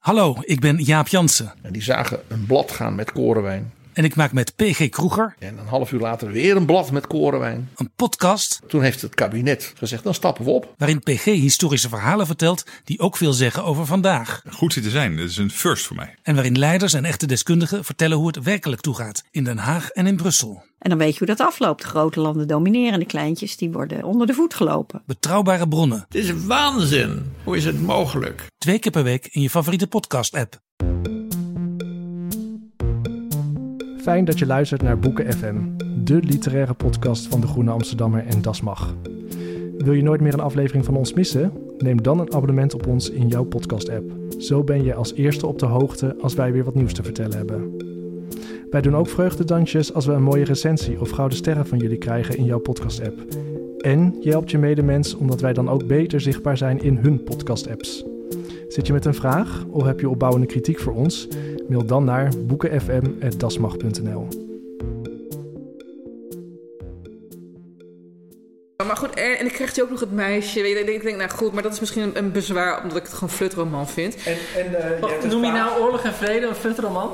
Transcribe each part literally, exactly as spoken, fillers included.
Hallo, ik ben Jaap Jansen. En die zagen een blad gaan met korenwijn. En ik maak met P G Kroeger. En een half uur later weer een blad met korenwijn. Een podcast. Toen heeft het kabinet gezegd, dan stappen we op. Waarin P G historische verhalen vertelt die ook veel zeggen over vandaag. Goed zitten zijn, dat is een first voor mij. En waarin leiders en echte deskundigen vertellen hoe het werkelijk toegaat. In Den Haag en in Brussel. En dan weet je hoe dat afloopt. De grote landen domineren, de kleintjes die worden onder de voet gelopen. Betrouwbare bronnen. Het is waanzin. Hoe is het mogelijk? Twee keer per week in je favoriete podcast-app. Fijn dat je luistert naar Boeken F M, de literaire podcast van De Groene Amsterdammer en Das Mag. Wil je nooit meer een aflevering van ons missen? Neem dan een abonnement op ons in jouw podcast-app. Zo ben je als eerste op de hoogte als wij weer wat nieuws te vertellen hebben. Wij doen ook vreugdedansjes als we een mooie recensie of gouden sterren van jullie krijgen in jouw podcast-app. En je helpt je medemens omdat wij dan ook beter zichtbaar zijn in hun podcast-apps. Zit je met een vraag of heb je opbouwende kritiek voor ons? Mail dan naar boekenfm apenstaartje dasmag punt n l. Maar goed, en, en ik kreeg ook nog het meisje. Ik denk, ik denk, nou goed, maar dat is misschien een, een bezwaar omdat ik het gewoon flutroman vind. En, en, uh, Wacht, noem je nou Oorlog en Vrede een flutroman?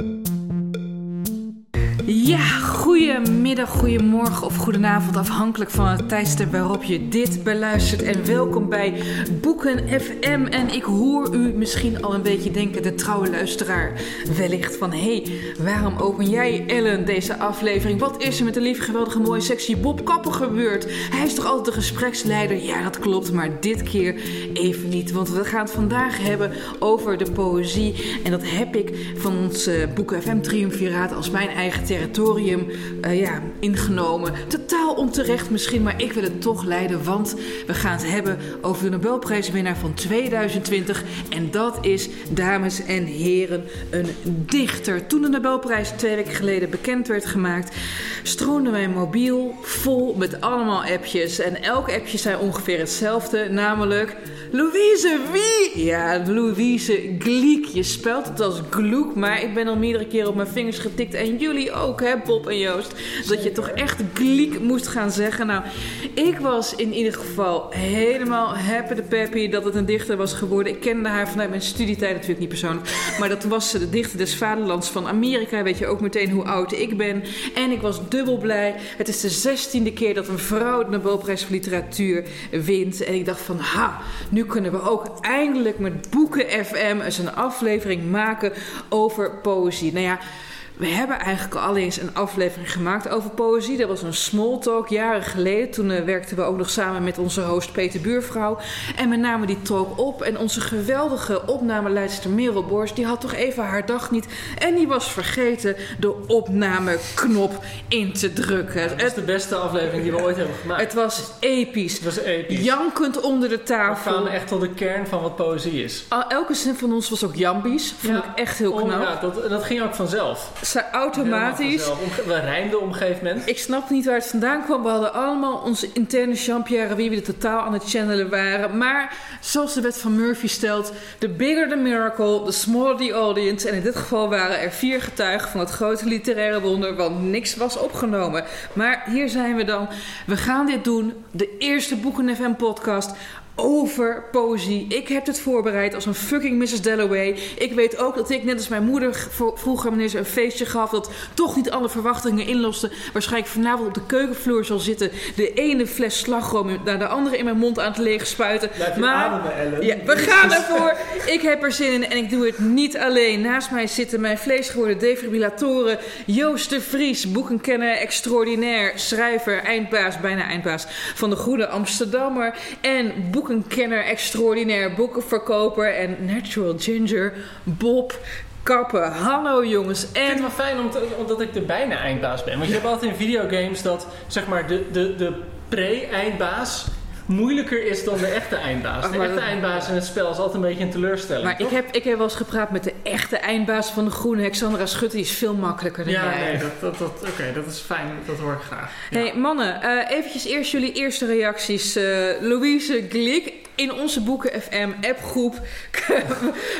Ja, goedemiddag, goedemorgen of goedenavond, afhankelijk van het tijdstip waarop je dit beluistert. En welkom bij Boeken F M. En ik hoor u misschien al een beetje denken, de trouwe luisteraar, wellicht van... hé, hey, waarom open jij, Ellen, deze aflevering? Wat is er met de lieve, geweldige, mooie, sexy Bob Kappen gebeurd? Hij is toch altijd de gespreksleider? Ja, dat klopt, maar dit keer even niet. Want we gaan het vandaag hebben over de poëzie. En dat heb ik van ons uh, Boeken F M triumviraat als mijn eigen territorium uh, ja, ingenomen. Totaal onterecht misschien, maar ik wil het toch leiden, want we gaan het hebben over de Nobelprijswinnaar van tweeduizend twintig. En dat is, dames en heren, een dichter. Toen de Nobelprijs twee weken geleden bekend werd gemaakt, stroomde mijn mobiel vol met allemaal appjes. En elk appje zei ongeveer hetzelfde, namelijk... Louise wie? Ja, Louise Glück. Je spelt het als Gloek, maar ik ben al meerdere keren op mijn vingers getikt. En jullie ook, hè, Bob en Joost. Dat je toch echt Glück moest gaan zeggen. Nou, ik was in ieder geval helemaal happy de peppy dat het een dichter was geworden. Ik kende haar vanuit mijn studietijd natuurlijk niet persoonlijk. Maar dat was ze, de dichter des vaderlands van Amerika. Weet je ook meteen hoe oud ik ben. En ik was dubbel blij. Het is de zestiende keer dat een vrouw de Nobelprijs voor literatuur wint. En ik dacht van, ha, nu Nu kunnen we ook eindelijk met Boeken F M eens een aflevering maken over poëzie. Nou ja, we hebben eigenlijk al eens een aflevering gemaakt over poëzie. Dat was een small talk jaren geleden. Toen uh, werkten we ook nog samen met onze host Peter Buurvrouw. En we namen die talk op. En onze geweldige opnameleidster Merel Borst, die had toch even haar dag niet. En die was vergeten de opnameknop in te drukken. Ja, dat is de beste aflevering die we ooit hebben gemaakt. Het was episch. Het was episch. Jankend onder de tafel. We kwamen echt tot de kern van wat poëzie is. Elke zin van ons was ook jambies. Vond ja. ik echt heel knap. Oh, ja, dat, dat ging ook vanzelf. Automatisch. We rijmden op een gegeven moment. Ik snap niet waar het vandaan kwam. We hadden allemaal onze interne Jean-Pierre wie we er totaal aan het channelen waren. Maar zoals de wet van Murphy stelt, the bigger the miracle, the smaller the audience. En in dit geval waren er vier getuigen van het grote literaire wonder, want niks was opgenomen. Maar hier zijn we dan. We gaan dit doen. De eerste Boeken F M podcast over poëzie. Ik heb het voorbereid als een fucking missus Dalloway. Ik weet ook dat ik, net als mijn moeder vroeger, wanneer ze een feestje gaf, dat toch niet alle verwachtingen inloste, waarschijnlijk vanavond op de keukenvloer zal zitten, de ene fles slagroom naar de andere in mijn mond aan het leeg spuiten. Maar ademen, Ellen. Ja, we gaan ervoor. Ik heb er zin in en ik doe het niet alleen. Naast mij zitten mijn vleesgeworden defibrillatoren Joost de Vries, boekenkenner extraordinair, schrijver, eindbaas, bijna eindbaas van De Groene Amsterdammer en boek een kenner, extraordinair boekenverkoper en natural ginger, Bob Kappen. Hallo jongens. En... Ik vind het wel fijn om te, omdat ik de bijna eindbaas ben. Want je hebt altijd in videogames dat zeg maar de, de, de pre-eindbaas moeilijker is dan de echte eindbaas. De echte eindbaas in het spel is altijd een beetje een teleurstelling. Maar ik heb, ik heb wel eens gepraat met de echte eindbaas van De Groene, Hexandra Schutte. Die is veel makkelijker dan ja, jij. Ja, nee, dat, dat, dat, oké, okay, dat is fijn. Dat hoor ik graag. Ja. Hey mannen, uh, eventjes eerst jullie eerste reacties. Uh, Louise Glück. In onze Boeken F M appgroep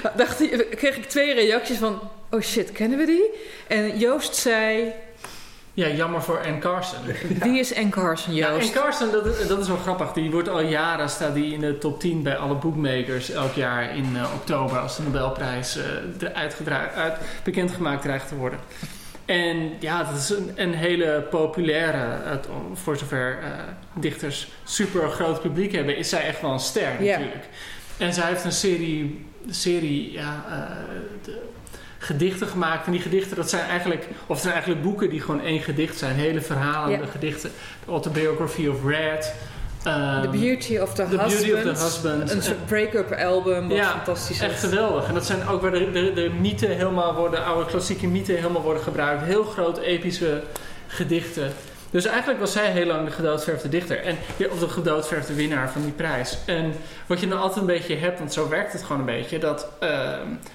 kreeg ik twee reacties van, oh shit, kennen we die? En Joost zei... Ja, jammer voor Anne Carson. Wie is Anne Carson, Joost? Ja, Anne Carson, dat, dat is wel grappig. Die wordt al jaren, staat die in de top tien bij alle bookmakers elk jaar in uh, oktober als de Nobelprijs uh, uitgedra- uit, bekendgemaakt dreigt te worden. En ja, dat is een, een hele populaire, uh, voor zover uh, dichters super groot publiek hebben, is zij echt wel een ster natuurlijk. Ja. En zij heeft een serie, serie ja, uh, de, gedichten gemaakt. En die gedichten, dat zijn eigenlijk, of het zijn eigenlijk boeken die gewoon één gedicht zijn. Hele verhalende ja. gedichten. The Autobiography of Red. Um, The Beauty of the, the Husband. Beauty of the Husband. Een soort break-up album, wat ja, fantastisch is. Echt geweldig. En dat zijn ook waar de, de, de mythen helemaal worden, oude klassieke mythen helemaal worden gebruikt. Heel grote epische gedichten. Dus eigenlijk was zij heel lang de gedoodverfde dichter. En, of de gedoodverfde winnaar van die prijs. En wat je dan altijd een beetje hebt, want zo werkt het gewoon een beetje, dat uh,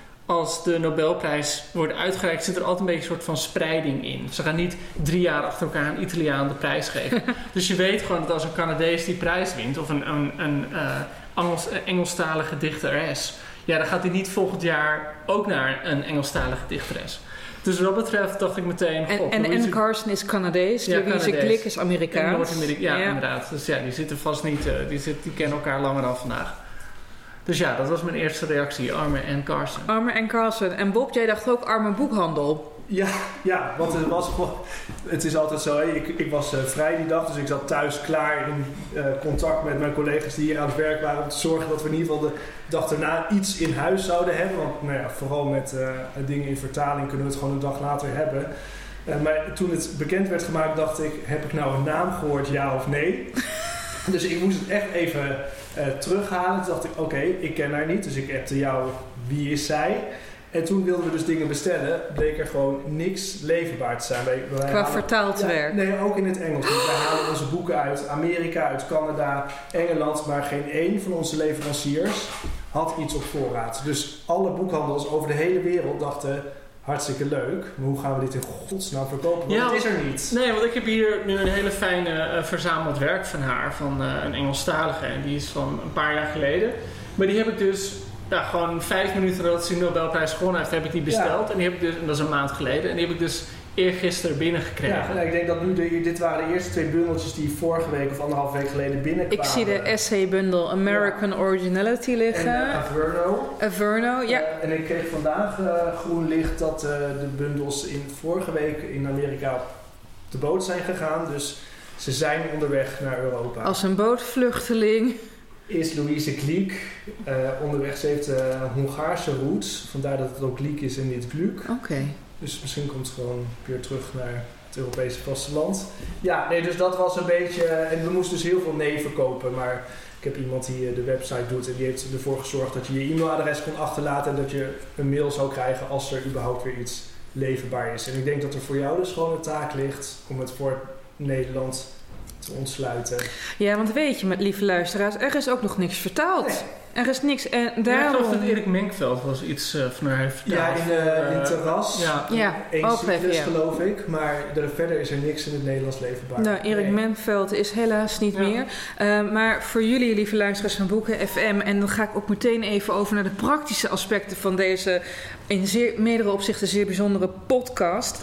als de Nobelprijs wordt uitgereikt, zit er altijd een beetje een soort van spreiding in. Ze gaan niet drie jaar achter elkaar een Italiaan de prijs geven. Dus je weet gewoon dat als een Canadees die prijs wint, of een, een, een uh, Engels, Engelstalige dichteres, ja, dan gaat hij niet volgend jaar ook naar een Engelstalige dichteres. Dus wat dat betreft dacht ik meteen... En, en Anne Carson is Canadees, ja, Louise Glück is Amerikaans. Ja, ja, inderdaad. Dus ja, die zitten vast niet... Uh, die, zit, die kennen elkaar langer dan vandaag. Dus ja, dat was mijn eerste reactie. Arme Anne Carson. Arme Anne Carson. En Bob, jij dacht ook arme boekhandel. Ja, ja, want het was gewoon... Het is altijd zo, hè? Ik, ik was uh, vrij die dag, dus ik zat thuis klaar in uh, contact met mijn collega's die hier aan het werk waren om te zorgen dat we in ieder geval de dag erna iets in huis zouden hebben. Want nou ja, vooral met uh, dingen in vertaling kunnen we het gewoon een dag later hebben. Uh, maar toen het bekend werd gemaakt dacht ik, heb ik nou een naam gehoord, ja of nee? Dus ik moest het echt even uh, terughalen. Toen dacht ik, oké, okay, ik ken haar niet, dus ik appte jou, wie is zij? En toen wilden we dus dingen bestellen, bleek er gewoon niks leverbaar te zijn. Wij, wij Qua halen, vertaald ja, werk? Nee, ook in het Engels. Dus wij halen onze boeken uit Amerika, uit Canada, Engeland, maar geen één van onze leveranciers had iets op voorraad. Dus alle boekhandels over de hele wereld dachten, hartstikke leuk, maar hoe gaan we dit in godsnaam verkopen? Want ja, het is er niet. Nee, want ik heb hier nu een hele fijne uh, verzameld werk van haar, van uh, een Engelstalige. En die is van een paar jaar geleden. Maar die heb ik dus... Ja, gewoon vijf minuten nadat ze de Nobelprijs gewonnen heeft, heb ik die besteld. Ja. En die heb ik dus, en dat is een maand geleden. En die heb ik dus eergisteren binnengekregen. Ja, nou, ik denk dat nu, de, dit waren de eerste twee bundeltjes die vorige week of anderhalf week geleden binnenkwamen. Ik zie de essaybundel American ja. Originality liggen. En uh, Averno. Averno, ja. Uh, en ik kreeg vandaag uh, groen licht dat uh, de bundels in vorige week in Amerika op de boot zijn gegaan. Dus ze zijn onderweg naar Europa. Als een bootvluchteling... Is Louise Glück uh, onderweg. Ze heeft uh, Hongaarse roots. Vandaar dat het ook Glück is en niet Glück. Oké. Okay. Dus misschien komt ze gewoon weer terug naar het Europese vasteland. Ja, nee, dus dat was een beetje... En we moesten dus heel veel nee verkopen. Maar ik heb iemand die de website doet. En die heeft ervoor gezorgd dat je je e-mailadres kon achterlaten. En dat je een mail zou krijgen als er überhaupt weer iets leverbaar is. En ik denk dat er voor jou dus gewoon een taak ligt om het voor Nederland... te ontsluiten. Ja, want weet je, met lieve luisteraars, er is ook nog niks vertaald. Nee. Er is niks. En daarom... Ja, ik geloof dat Erik Menkveld was iets uh, van haar heeft vertaald. Ja, in, uh, in uh, Terras. Ja, ja Eén cyclus, ja. geloof ik. Maar er, verder is er niks in het Nederlands leverbaar. Nou, Erik nee. Menkveld is helaas niet ja. meer. Uh, maar voor jullie, lieve luisteraars van Boeken F M... en dan ga ik ook meteen even over naar de praktische aspecten... van deze in zeer, meerdere opzichten zeer bijzondere podcast.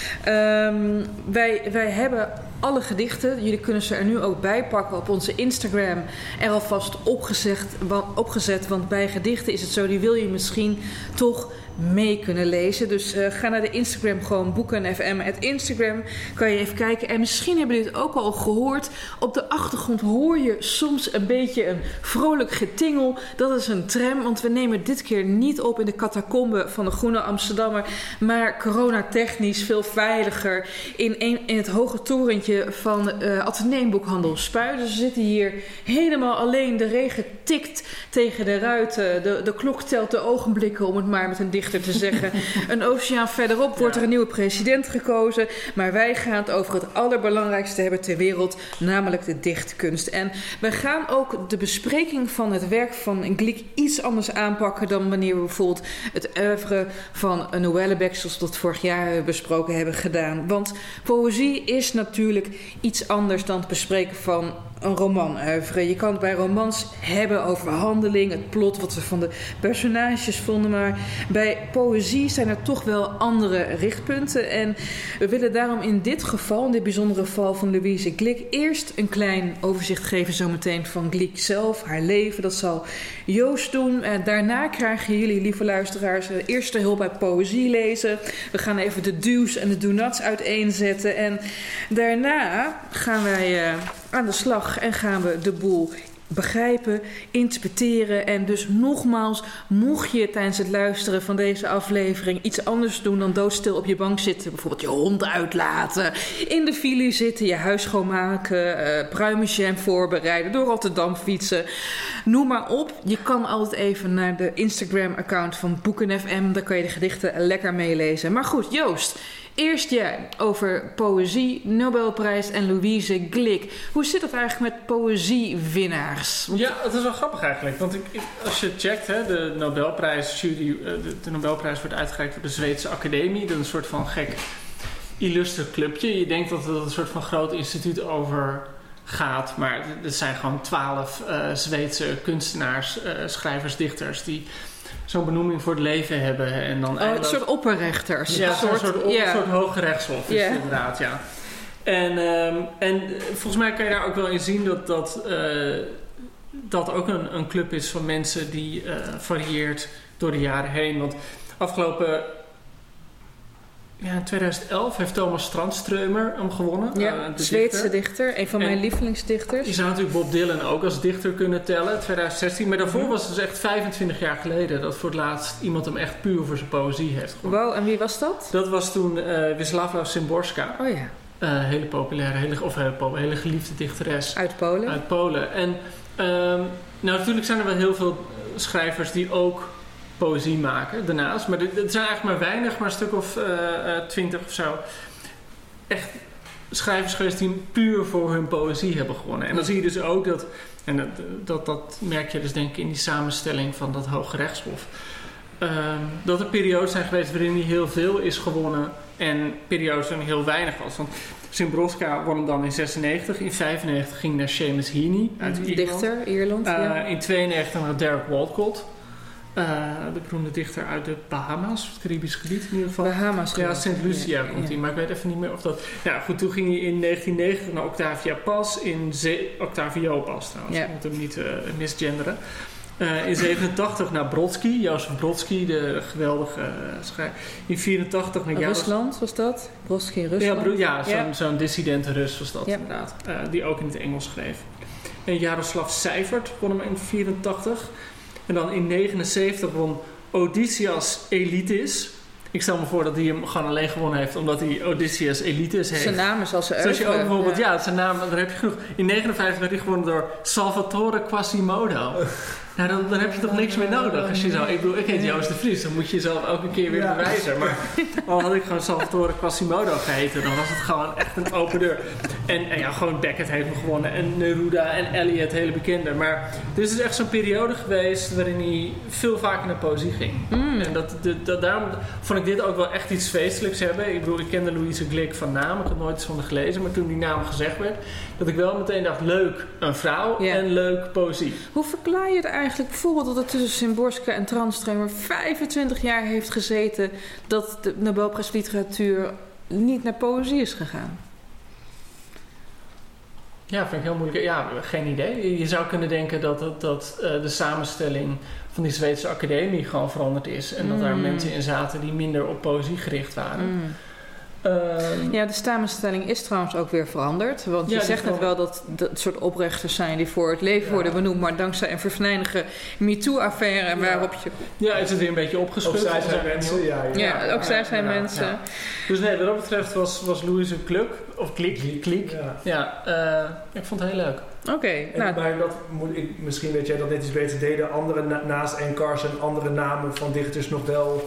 Uh, um, wij, wij hebben alle gedichten. Jullie kunnen ze er nu ook bij pakken op onze Instagram. Er alvast opgezet, opgezet. Want bij gedichten is het zo, die wil je misschien toch mee kunnen lezen. Dus uh, ga naar de Instagram, gewoon Boeken F M. Het Instagram kan je even kijken. En misschien hebben jullie het ook al gehoord. Op de achtergrond hoor je soms een beetje een vrolijk getingel. Dat is een tram, want we nemen dit keer niet op in de catacombe van de Groene Amsterdammer, maar coronatechnisch veel veiliger in, een, in het hoge torentje van uh, Atheneumboekhandel Spui. Dus we zitten hier helemaal alleen. De regen tikt tegen de ruiten. De, de klok telt de ogenblikken, om het maar met een dichter te zeggen. Een oceaan verderop wordt er een nieuwe president gekozen. Maar wij gaan het over het allerbelangrijkste hebben ter wereld, namelijk de dichtkunst. En wij gaan ook de bespreking van het werk van Glück iets anders aanpakken dan wanneer we bijvoorbeeld het oeuvre van Noëlle Beck, zoals we dat vorig jaar besproken hebben, gedaan. Want poëzie is natuurlijk iets anders dan het bespreken van een roman oeuvre. Je kan het bij romans hebben over handeling, het plot, wat we van de personages vonden. Maar bij poëzie zijn er toch wel andere richtpunten. En we willen daarom in dit geval, in dit bijzondere geval van Louise Glück, eerst een klein overzicht geven zometeen van Glück zelf, haar leven. Dat zal Joost doen. En daarna krijgen jullie, lieve luisteraars, de eerste hulp bij poëzie lezen. We gaan even de do's en de do-nots uiteenzetten. En daarna gaan wij uh, aan de slag en gaan we de boel begrijpen, interpreteren. En dus nogmaals, mocht je tijdens het luisteren van deze aflevering iets anders doen dan doodstil op je bank zitten, bijvoorbeeld je hond uitlaten, in de file zitten, je huis schoonmaken, uh, pruimenjam voorbereiden, door Rotterdam fietsen, noem maar op. Je kan altijd even naar de Instagram-account van Boeken F M, daar kan je de gedichten lekker meelezen. Maar goed, Joost, eerst jij over poëzie, Nobelprijs en Louise Glück. Hoe zit het eigenlijk met poëziewinnaars? Want ja, het is wel grappig eigenlijk. Want ik, als je checkt, hè, de Nobelprijs, jury, de, de Nobelprijs wordt uitgereikt door de Zweedse Academie. Dat is een soort van gek illustre clubje. Je denkt dat het een soort van groot instituut over gaat. Maar het zijn gewoon twaalf uh, Zweedse kunstenaars, uh, schrijvers, dichters die zo'n benoeming voor het leven hebben. En dan oh, een soort opperrechters. Ja, een soort, soort, op, yeah. soort hoge rechtshof is yeah. het inderdaad, ja. En, um, en volgens mij kan je daar ook wel in zien dat dat, uh, dat ook een, een club is van mensen die uh, varieert door de jaren heen. Want afgelopen ja, in tweeduizend elf heeft Thomas Strandströmer hem gewonnen. Ja, uh, de Zweedse dichter. dichter. Een van en mijn lievelingsdichters. Je zou natuurlijk Bob Dylan ook als dichter kunnen tellen, twintig zestien. Maar daarvoor mm-hmm. was het dus echt vijfentwintig jaar geleden dat voor het laatst iemand hem echt puur voor zijn poëzie heeft gewonnen. Wow, en wie was dat? Dat was toen uh, Wisława Szymborska. Oh ja. Uh, hele populaire, hele, of hele, hele geliefde dichteres. Uit Polen. Uit Polen. En um, nou, natuurlijk zijn er wel heel veel schrijvers die ook poëzie maken daarnaast. Maar er zijn eigenlijk maar weinig, maar een stuk of uh, uh, twintig of zo. Echt schrijvers geweest die puur voor hun poëzie hebben gewonnen. En dan zie je dus ook dat, en dat, dat, dat merk je dus denk ik in die samenstelling van dat Hoge Rechtshof. Um, dat er periodes zijn geweest waarin niet heel veel is gewonnen en periodes waarin heel weinig was. Want Szymborska won hem dan in zesennegentig. In vijfennegentig ging naar Seamus Heaney uit Ierland. Dichter, Ierland. Uh, ja. In tweeënnegentig naar Derek Walcott. Uh, de beroemde dichter uit de Bahama's, het Caribisch gebied in ieder geval. Bahamas. Ja, Saint Lucia ja, komt hij, ja. maar ik weet even niet meer of dat. Ja, goed, toen ging hij in negentien negentig naar Octavia Paz, in Ze- Octavio Paz trouwens, ja. ik moet hem niet uh, misgenderen. Uh, in zevenentachtig naar Brodsky, Jozef Brodsky, de geweldige uh, schrijver. In vierentachtig naar Jaros... Rusland was dat? Brodsky in Rusland? Ja, bro- ja, zo'n, ja. zo'n dissidente Rus was dat ja. inderdaad. Uh, die ook in het Engels schreef. En Jaroslav Seifert won hem in vierentachtig. En dan in negenenzeventig won Odysseus Elitis. Ik stel me voor dat hij hem gewoon alleen gewonnen heeft omdat hij Odysseus Elitis heeft. Zijn naam is als zijn Zoals je ook bijvoorbeeld, ja, ja zijn naam, daar heb je genoeg. In negenenvijftig werd hij gewonnen door Salvatore Quasimodo. Nou, dan, dan heb je toch niks meer nodig als je zo... Ik bedoel, ik heet Joost de Vries, dan moet je jezelf elke keer weer ja. bewijzen. Maar al had ik gewoon Salvatore Quasimodo geheten, dan was het gewoon echt een open deur. En, en ja, gewoon Beckett heeft hem gewonnen en Neruda en Eliot, hele bekende. Maar dit is dus echt zo'n periode geweest waarin hij veel vaker naar poëzie ging. Mm. En dat, dat, dat, daarom vond ik dit ook wel echt iets feestelijks hebben. Ik bedoel, ik kende Louise Glück van naam, ik had nooit iets van haar gelezen. Maar toen die naam gezegd werd, dat ik wel meteen dacht, leuk, een vrouw ja. en leuk poëzie. Hoe verklaar je het eigenlijk bijvoorbeeld dat er tussen Szymborska en Strandströmer vijfentwintig jaar heeft gezeten dat de Nobelprijs Literatuur niet naar poëzie is gegaan? Ja, vind ik heel moeilijk. Ja, geen idee. Je zou kunnen denken dat, dat, dat uh, de samenstelling van die Zweedse academie gewoon veranderd is. En mm. dat daar mensen in zaten die minder op poëzie gericht waren. Mm. Um, ja, de samenstelling is trouwens ook weer veranderd. Want je ja, zegt net wel dat dat soort oprechters zijn die voor het leven ja. worden benoemd. Maar dankzij een vervneinige MeToo-affaire ja. waarop je... Ja, is het weer een beetje opgeschud. Ook zij zijn mensen. Ja, ja. ja ook zij zijn ja, mensen. Ja. Dus nee, wat dat betreft was, was Louise Glück, of Glück, Glück. Ja, ja uh, ik vond het heel leuk. Oké. Okay, nou. Maar dat moet ik, misschien weet jij dat net iets beter deden. Andere na, naast Anne Carson, andere namen van dichters nog wel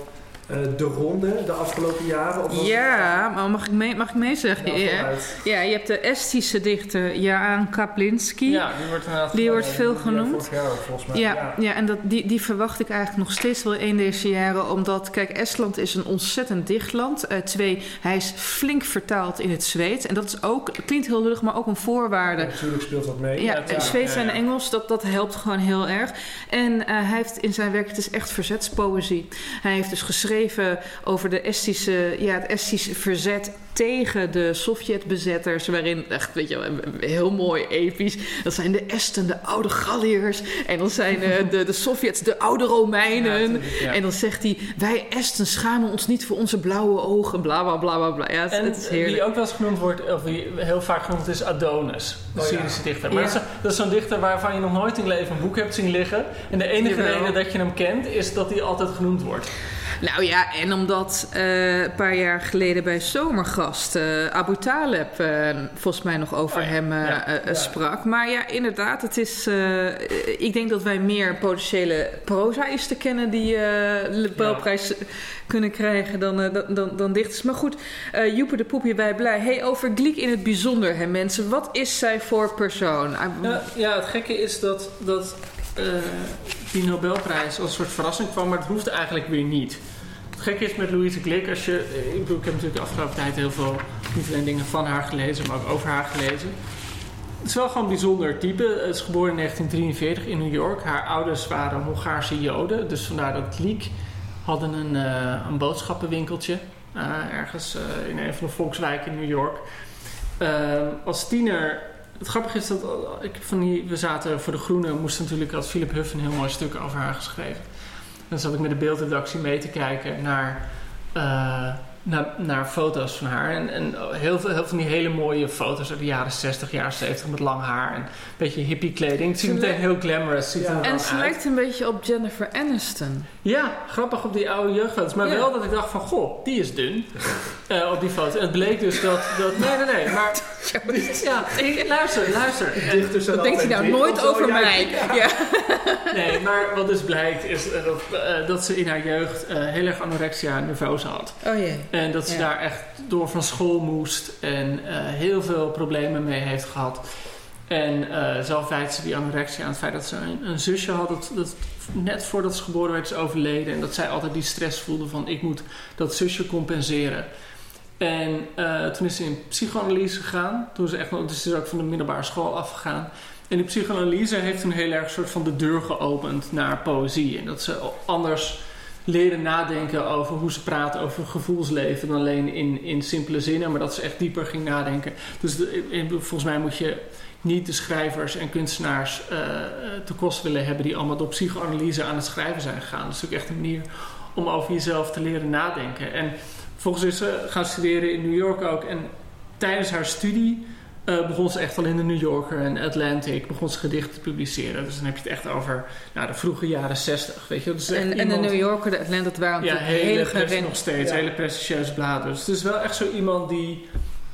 uh, de ronde de afgelopen jaren? Of was ja, maar mag ik, mee, mag ik meezeggen? Nou, ja, ja, je hebt de Estische dichter Jan Kaplinski. Ja, die wordt, die wordt veel die, genoemd. Vorig jaar ook, volgens mij. Ja, ja. ja en dat, die, die verwacht ik eigenlijk nog steeds wel in deze jaren. Omdat, kijk, Estland is een ontzettend dicht land. Uh, twee, hij is flink vertaald in het Zweeds. En dat is ook, klinkt heel lullig, maar ook een voorwaarde. Ja, natuurlijk speelt dat mee. Ja, ja, ja Zweeds ja, ja. en Engels, dat, dat helpt gewoon heel erg. En uh, hij heeft in zijn werk, het is echt verzetspoëzie. Hij heeft dus geschreven over de Estische, ja, het Estische verzet tegen de Sovjetbezetters, waarin echt, weet je wel, heel mooi episch. Dat zijn de Esten, de oude Galliërs. En dan zijn uh, de, de Sovjets, de oude Romeinen. Ja, ja. En dan zegt hij, wij Esten schamen ons niet voor onze blauwe ogen, bla bla bla bla bla. Ja, het, en het is heerlijk. wie ook wel eens genoemd wordt, of wie heel vaak genoemd is, Adonis, de oh, Syrische ja. dichter. Maar ja. dat, is, dat is zo'n dichter waarvan je nog nooit in je leven een boek hebt zien liggen. En de enige Jawel. reden dat je hem kent, is dat hij altijd genoemd wordt. Nou ja, en omdat uh, een paar jaar geleden bij Zomergast uh, Abu Taleb uh, volgens mij nog over oh ja, hem uh, ja, uh, ja. sprak. Maar ja, inderdaad, het is. Uh, ik denk dat wij meer potentiële prozaïsten kennen die uh, de Nobelprijs ja. kunnen krijgen dan, uh, dan, dan, dan dichters. Maar goed, uh, Joepe de Poepje bij blij. Hey, over Gleek in het bijzonder, hè, mensen. Wat is zij voor persoon? Ja, ja, het gekke is dat. dat Uh, die Nobelprijs als een soort verrassing kwam, maar het hoeft eigenlijk weer niet. Het gekke is met Louise Glück, als je, ik bedoel, ik heb natuurlijk de afgelopen tijd heel veel, niet alleen dingen van haar gelezen, maar ook over haar gelezen. Het is wel gewoon een bijzonder type. Het is geboren in negentien drieënveertig in New York. Haar ouders waren Hongaarse Joden, dus vandaar dat Glück hadden een, uh, een boodschappenwinkeltje uh, ergens uh, in een van de volkswijken in New York. Uh, als tiener. Het grappige is dat ik van die, we zaten voor De Groene, moest natuurlijk, had Philip Huff een heel mooi stuk over haar geschreven. En dan zat ik met de beeldredactie mee te kijken naar, uh, naar, naar foto's van haar. En, en heel veel heel van die hele mooie foto's uit de jaren zestig, jaren zeventig met lang haar en een beetje hippie kleding. Het ziet er meteen heel glamorous ziet ja. En ze lijkt een beetje op Jennifer Aniston. Ja, grappig op die oude jeugdfoto's. Maar ja. wel dat ik dacht van, goh, die is dun uh, op die foto. En het bleek dus dat... dat nee, nee, nee. Maar ja, ik, luister, luister. En, dat denkt hij nou nooit over mij. Ja. Ja. Nee, maar wat dus blijkt is uh, dat, uh, dat ze in haar jeugd uh, heel erg anorexia nervosa had. Oh jee. En dat ze ja. daar echt door van school moest en uh, heel veel problemen mee heeft gehad. En uh, zelf wijt ze die anorexia aan het feit dat ze een, een zusje had dat, dat net voordat ze geboren werd is overleden. En dat zij altijd die stress voelde van ik moet dat zusje compenseren. En uh, toen is ze in psychoanalyse gegaan. Toen ze echt, dus ze is ook van de middelbare school afgegaan. En die psychoanalyse heeft toen heel erg soort van de deur geopend naar poëzie. En dat ze anders leren nadenken over hoe ze praten over gevoelsleven dan alleen in, in simpele zinnen. Maar dat ze echt dieper ging nadenken. Dus de, volgens mij moet je niet de schrijvers en kunstenaars uh, te kost willen hebben die allemaal door psychoanalyse aan het schrijven zijn gegaan. Dat is natuurlijk echt een manier om over jezelf te leren nadenken. En volgens is ze gaan studeren in New York ook. En tijdens haar studie uh, begon ze echt al in de New Yorker en Atlantic begon ze gedichten te publiceren. Dus dan heb je het echt over nou, de vroege jaren zestig. Weet je? Dus en, iemand, en de New Yorker, de Atlantic, dat waren ja, hele, hele hele nog steeds, ja. hele prestigieuze bladen. Dus het is wel echt zo iemand die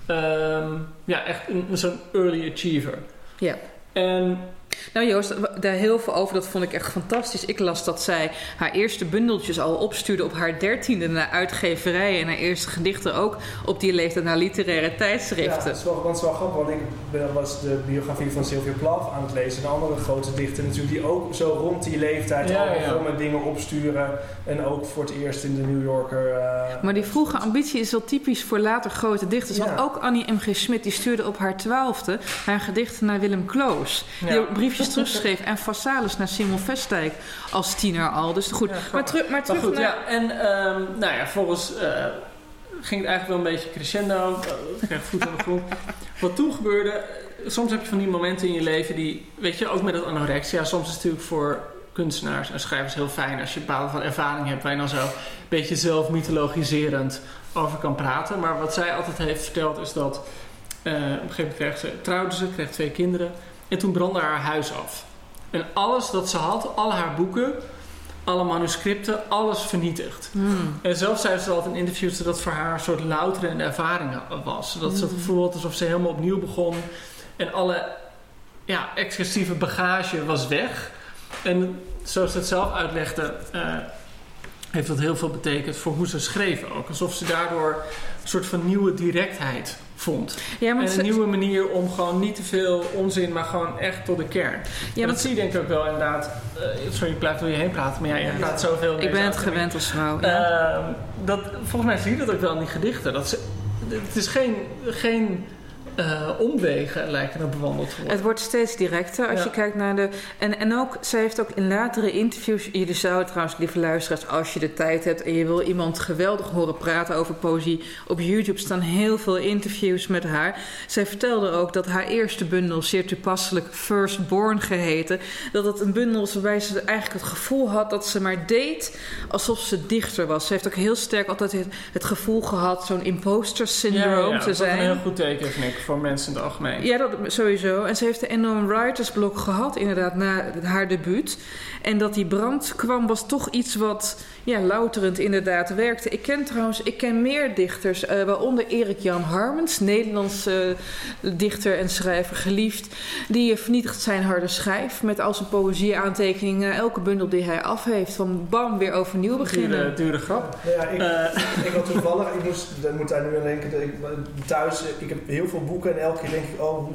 um, ja, echt een, zo'n early achiever. Ja. En nou Joost, daar heel veel over, dat vond ik echt fantastisch. Ik las dat zij haar eerste bundeltjes al opstuurde op haar dertiende naar uitgeverijen en haar eerste gedichten ook op die leeftijd naar literaire tijdschriften. Ja, dat is wel, dat is wel grappig, want ik was de biografie van Sylvia Plath aan het lezen. Een andere grote dichter natuurlijk, die ook zo rond die leeftijd ja, al begon ja. met dingen opsturen. En ook voor het eerst in de New Yorker. Uh, maar die vroege ambitie is wel typisch voor later grote dichters. Ja. Want ook Annie M G. Schmid, die stuurde op haar twaalfde haar gedichten naar Willem Kloos. Ja. Die briefjes terugschreef en Vassalis naar Simon Vestdijk als tiener al. Dus goed, ja, maar, teru- maar terug maar goed, naar... Ja, en um, nou ja, volgens uh, ging het eigenlijk wel een beetje crescendo. Ik kreeg voet aan de grond. Wat toen gebeurde, soms heb je van die momenten in je leven die, weet je, ook met het anorexia. Soms is het natuurlijk voor kunstenaars en schrijvers heel fijn als je een bepaalde van ervaring hebt waar je dan zo een beetje zelf mythologiserend over kan praten. Maar wat zij altijd heeft verteld is dat uh, op een gegeven moment kreeg ze, trouwde ze, kreeg twee kinderen. En toen brandde haar huis af. En alles dat ze had, al haar boeken, alle manuscripten, alles vernietigd. Mm. En zelf zei ze altijd in interviews dat het voor haar een soort louterende ervaring was. Dat ze het gevoel had alsof ze helemaal opnieuw begon. En alle ja, excessieve bagage was weg. En zoals ze het zelf uitlegde, uh, heeft dat heel veel betekend voor hoe ze schreven ook. Alsof ze daardoor een soort van nieuwe directheid vond. Ja, maar en een ze... nieuwe manier om gewoon niet te veel onzin, maar gewoon echt tot de kern. Ja, en dat zie je denk ik ook wel inderdaad. Uh, sorry, ik blijf door je heen praten, maar ja, je ja, praat zoveel. Ik ben het gewend als vrouw. Ja. Uh, dat, volgens mij zie je dat ook wel in die gedichten. Dat ze, het is geen... geen Uh, omwegen lijken er bewandeld te worden. Het wordt steeds directer als ja. je kijkt naar de... En, en ook, zij heeft ook in latere interviews... Jullie zouden trouwens, lieve luisteraars, als je de tijd hebt... en je wil iemand geweldig horen praten over poëzie... op YouTube staan heel veel interviews met haar. Zij vertelde ook dat haar eerste bundel... zeer toepasselijk Firstborn geheten... dat het een bundel was waarbij ze eigenlijk het gevoel had... dat ze maar deed alsof ze dichter was. Ze heeft ook heel sterk altijd het, het gevoel gehad... zo'n imposter syndroom ja, ja, te zijn. Dat is een heel goed teken, vind ik. Voor mensen in het algemeen. Ja, dat sowieso. En ze heeft een enorm writersblok gehad, inderdaad, na haar debuut. En dat die brand kwam, was toch iets wat ja, louterend inderdaad werkte. Ik ken trouwens, ik ken meer dichters, uh, waaronder Erik Jan Harmens, Nederlandse uh, dichter en schrijver, geliefd. Die vernietigt zijn harde schijf met al zijn poëzieaantekeningen, elke bundel die hij af heeft. Van bam, weer overnieuw beginnen. Dure, dure grap. Ja, ik, uh. ik had toevallig, ik moest, ik moet daar nu aan denken, ik, thuis, ik heb heel veel boeken en elke keer denk ik, oh,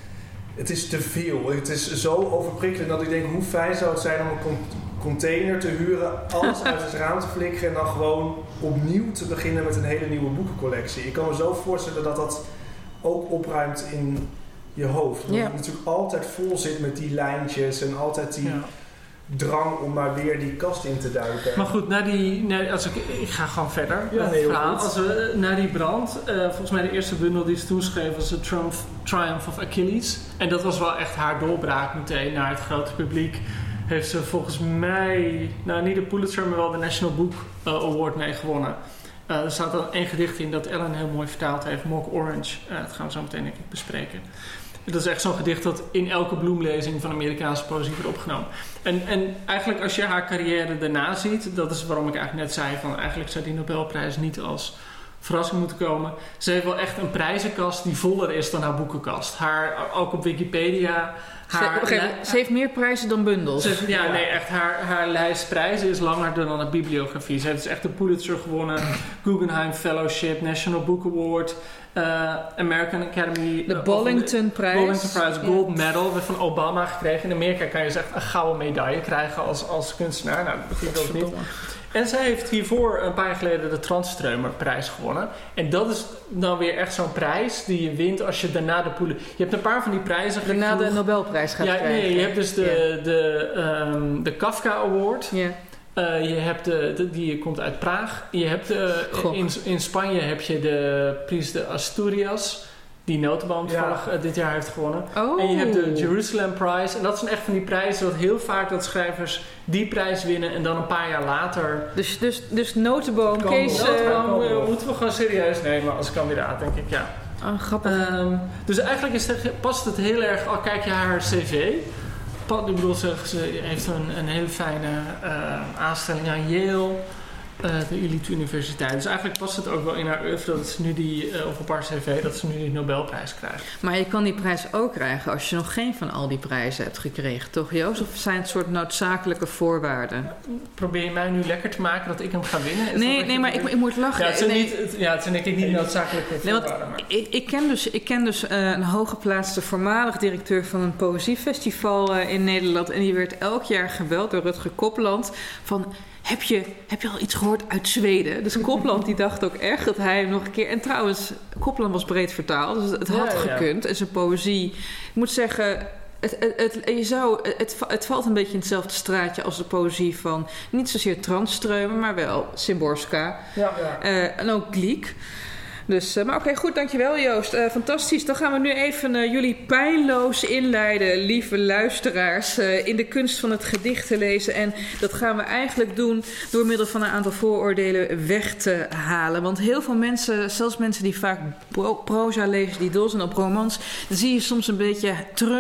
het is te veel. Het is zo overprikkelend dat ik denk, hoe fijn zou het zijn om een container te huren, alles uit het raam te flikkeren en dan gewoon opnieuw te beginnen met een hele nieuwe boekencollectie. Ik kan me zo voorstellen dat dat ook opruimt in je hoofd. Omdat ja. het natuurlijk altijd vol zit met die lijntjes en altijd die... Ja. drang om maar weer die kast in te duiken. Maar goed, na die, na, als ik, ik ga gewoon verder. Ja, nee, verhaal. Als we na die brand, uh, volgens mij de eerste bundel die ze toen schreef was The Triumph, Triumph of Achilles. En dat was wel echt haar doorbraak meteen naar het grote publiek. Heeft ze volgens mij, nou niet de Pulitzer, maar wel de National Book uh, Award mee gewonnen. Uh, er staat dan één gedicht in dat Ellen heel mooi vertaald heeft, Mock Orange. Uh, dat gaan we zo meteen denk ik bespreken. Dat is echt zo'n gedicht dat in elke bloemlezing van Amerikaanse poëzie wordt opgenomen. En, en eigenlijk als je haar carrière daarna ziet, dat is waarom ik eigenlijk net zei van eigenlijk zou die Nobelprijs niet als verrassing moeten komen. Ze heeft wel echt een prijzenkast die voller is dan haar boekenkast. Haar, ook op Wikipedia... Haar ze, okay, li- ze heeft meer prijzen dan bundels. Ze, ja, nee, echt. Haar, haar lijst prijzen is langer dan een bibliografie. Ze heeft dus echt de Pulitzer gewonnen, Guggenheim Fellowship, National Book Award, uh, American Academy... De Bollington-prijs. Bollington-prijs, Gold ja. Medal, van Obama gekregen. In Amerika kan je dus echt een gouden medaille krijgen als, als kunstenaar. Nou, dat begint ook niet. En zij heeft hiervoor een paar jaar geleden de Tranströmer-prijs gewonnen. En dat is dan weer echt zo'n prijs die je wint als je daarna de poelen... Je hebt een paar van die prijzen... Daarna de Nobelprijs gaat ja, krijgen. Nee, je hebt dus de, ja. de, um, de Kafka Award. Ja. Uh, je hebt de, de, die komt uit Praag. Je hebt de, in, in Spanje heb je de Prijs de Asturias... die notenboom toevallig ja. uh, dit jaar heeft gewonnen. Oh. En je hebt de Jerusalem Prize. En dat zijn echt van die prijzen dat heel vaak dat schrijvers die prijs winnen en dan een paar jaar later... Dus, dus, dus notenboom, Kees... Notenboom uh, moeten we gewoon serieus nemen als kandidaat, denk ik, ja. Oh, grappig. Um, dus eigenlijk is het, past het heel erg, al kijk je haar cv... Ik bedoel, ze, ze heeft een, een hele fijne uh, aanstelling aan Yale... Uh, de Elite Universiteit. Dus eigenlijk past het ook wel in haar oeuvre dat ze nu die, uh, of op haar cv, dat ze nu die Nobelprijs krijgt. Maar je kan die prijs ook krijgen als je nog geen van al die prijzen hebt gekregen, toch Joost? Of zijn het soort noodzakelijke voorwaarden? Probeer je mij nu lekker te maken dat ik hem ga winnen? Is nee, nee, maar ik, ik moet lachen. Ja, het zijn, nee. niet, het, ja, het zijn denk ik niet noodzakelijke nee, voorwaarden. Maar. Ik, ik ken dus, ik ken dus uh, een hooggeplaatste voormalig directeur van een poëziefestival uh, in Nederland. En die werd elk jaar gebeld door Rutger Kopland van... Heb je, heb je al iets gehoord uit Zweden? Dus Kopland die dacht ook echt dat hij hem nog een keer... En trouwens, Kopland was breed vertaald. Dus het had ja, ja. gekund. En zijn poëzie... Ik moet zeggen... Het, het, het, je zou, het, het valt een beetje in hetzelfde straatje als de poëzie van... Niet zozeer Tranströmer, maar wel Szymborska. Ja, ja. Uh, en ook Gliek. Dus, uh, maar oké, okay, goed, dankjewel Joost. Uh, fantastisch. Dan gaan we nu even uh, jullie pijnloos inleiden, lieve luisteraars, uh, in de kunst van het gedicht te lezen. En dat gaan we eigenlijk doen door middel van een aantal vooroordelen weg te halen. Want heel veel mensen, zelfs mensen die vaak pro- proza lezen, die dol zijn op romans, dan zie je soms een beetje terug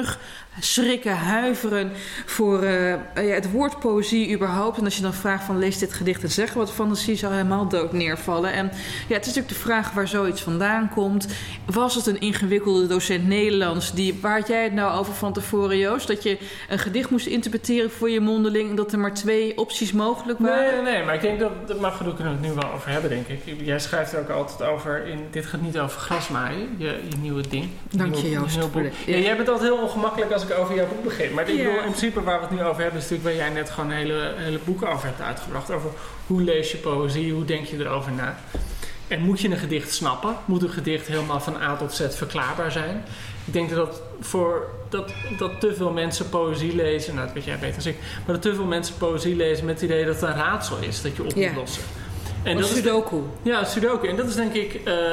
schrikken, huiveren voor uh, ja, het woord poëzie überhaupt. En als je dan vraagt van lees dit gedicht en zeg wat van, dan zie je ze helemaal dood neervallen. En ja, het is natuurlijk de vraag waar zoiets vandaan komt. Was het een ingewikkelde docent Nederlands? Die, waar had jij het nou over van tevoren, Joost? Dat je een gedicht moest interpreteren voor je mondeling en dat er maar twee opties mogelijk waren? Nee, nee, nee, maar ik denk dat, maar goed, we kunnen het nu wel over hebben, denk ik. Jij schrijft er ook altijd over, in, dit gaat niet over grasmaaien, je, je nieuwe ding. Dank je, Joost. Ja, jij bent altijd heel ongemakkelijk als ik over jouw boek begin. Maar ik ja. bedoel, in principe waar we het nu over hebben, is natuurlijk waar jij net gewoon een hele, hele boeken over hebt uitgebracht. Over hoe lees je poëzie, hoe denk je erover na. En moet je een gedicht snappen? Moet een gedicht helemaal van A tot Z verklaarbaar zijn? Ik denk dat, voor, dat, dat te veel mensen poëzie lezen, nou dat weet jij beter dan ik, maar dat te veel mensen poëzie lezen met het idee dat het een raadsel is dat je op moet ja. lossen. En dat sudoku. Is, ja, sudoku. En dat is denk ik, uh,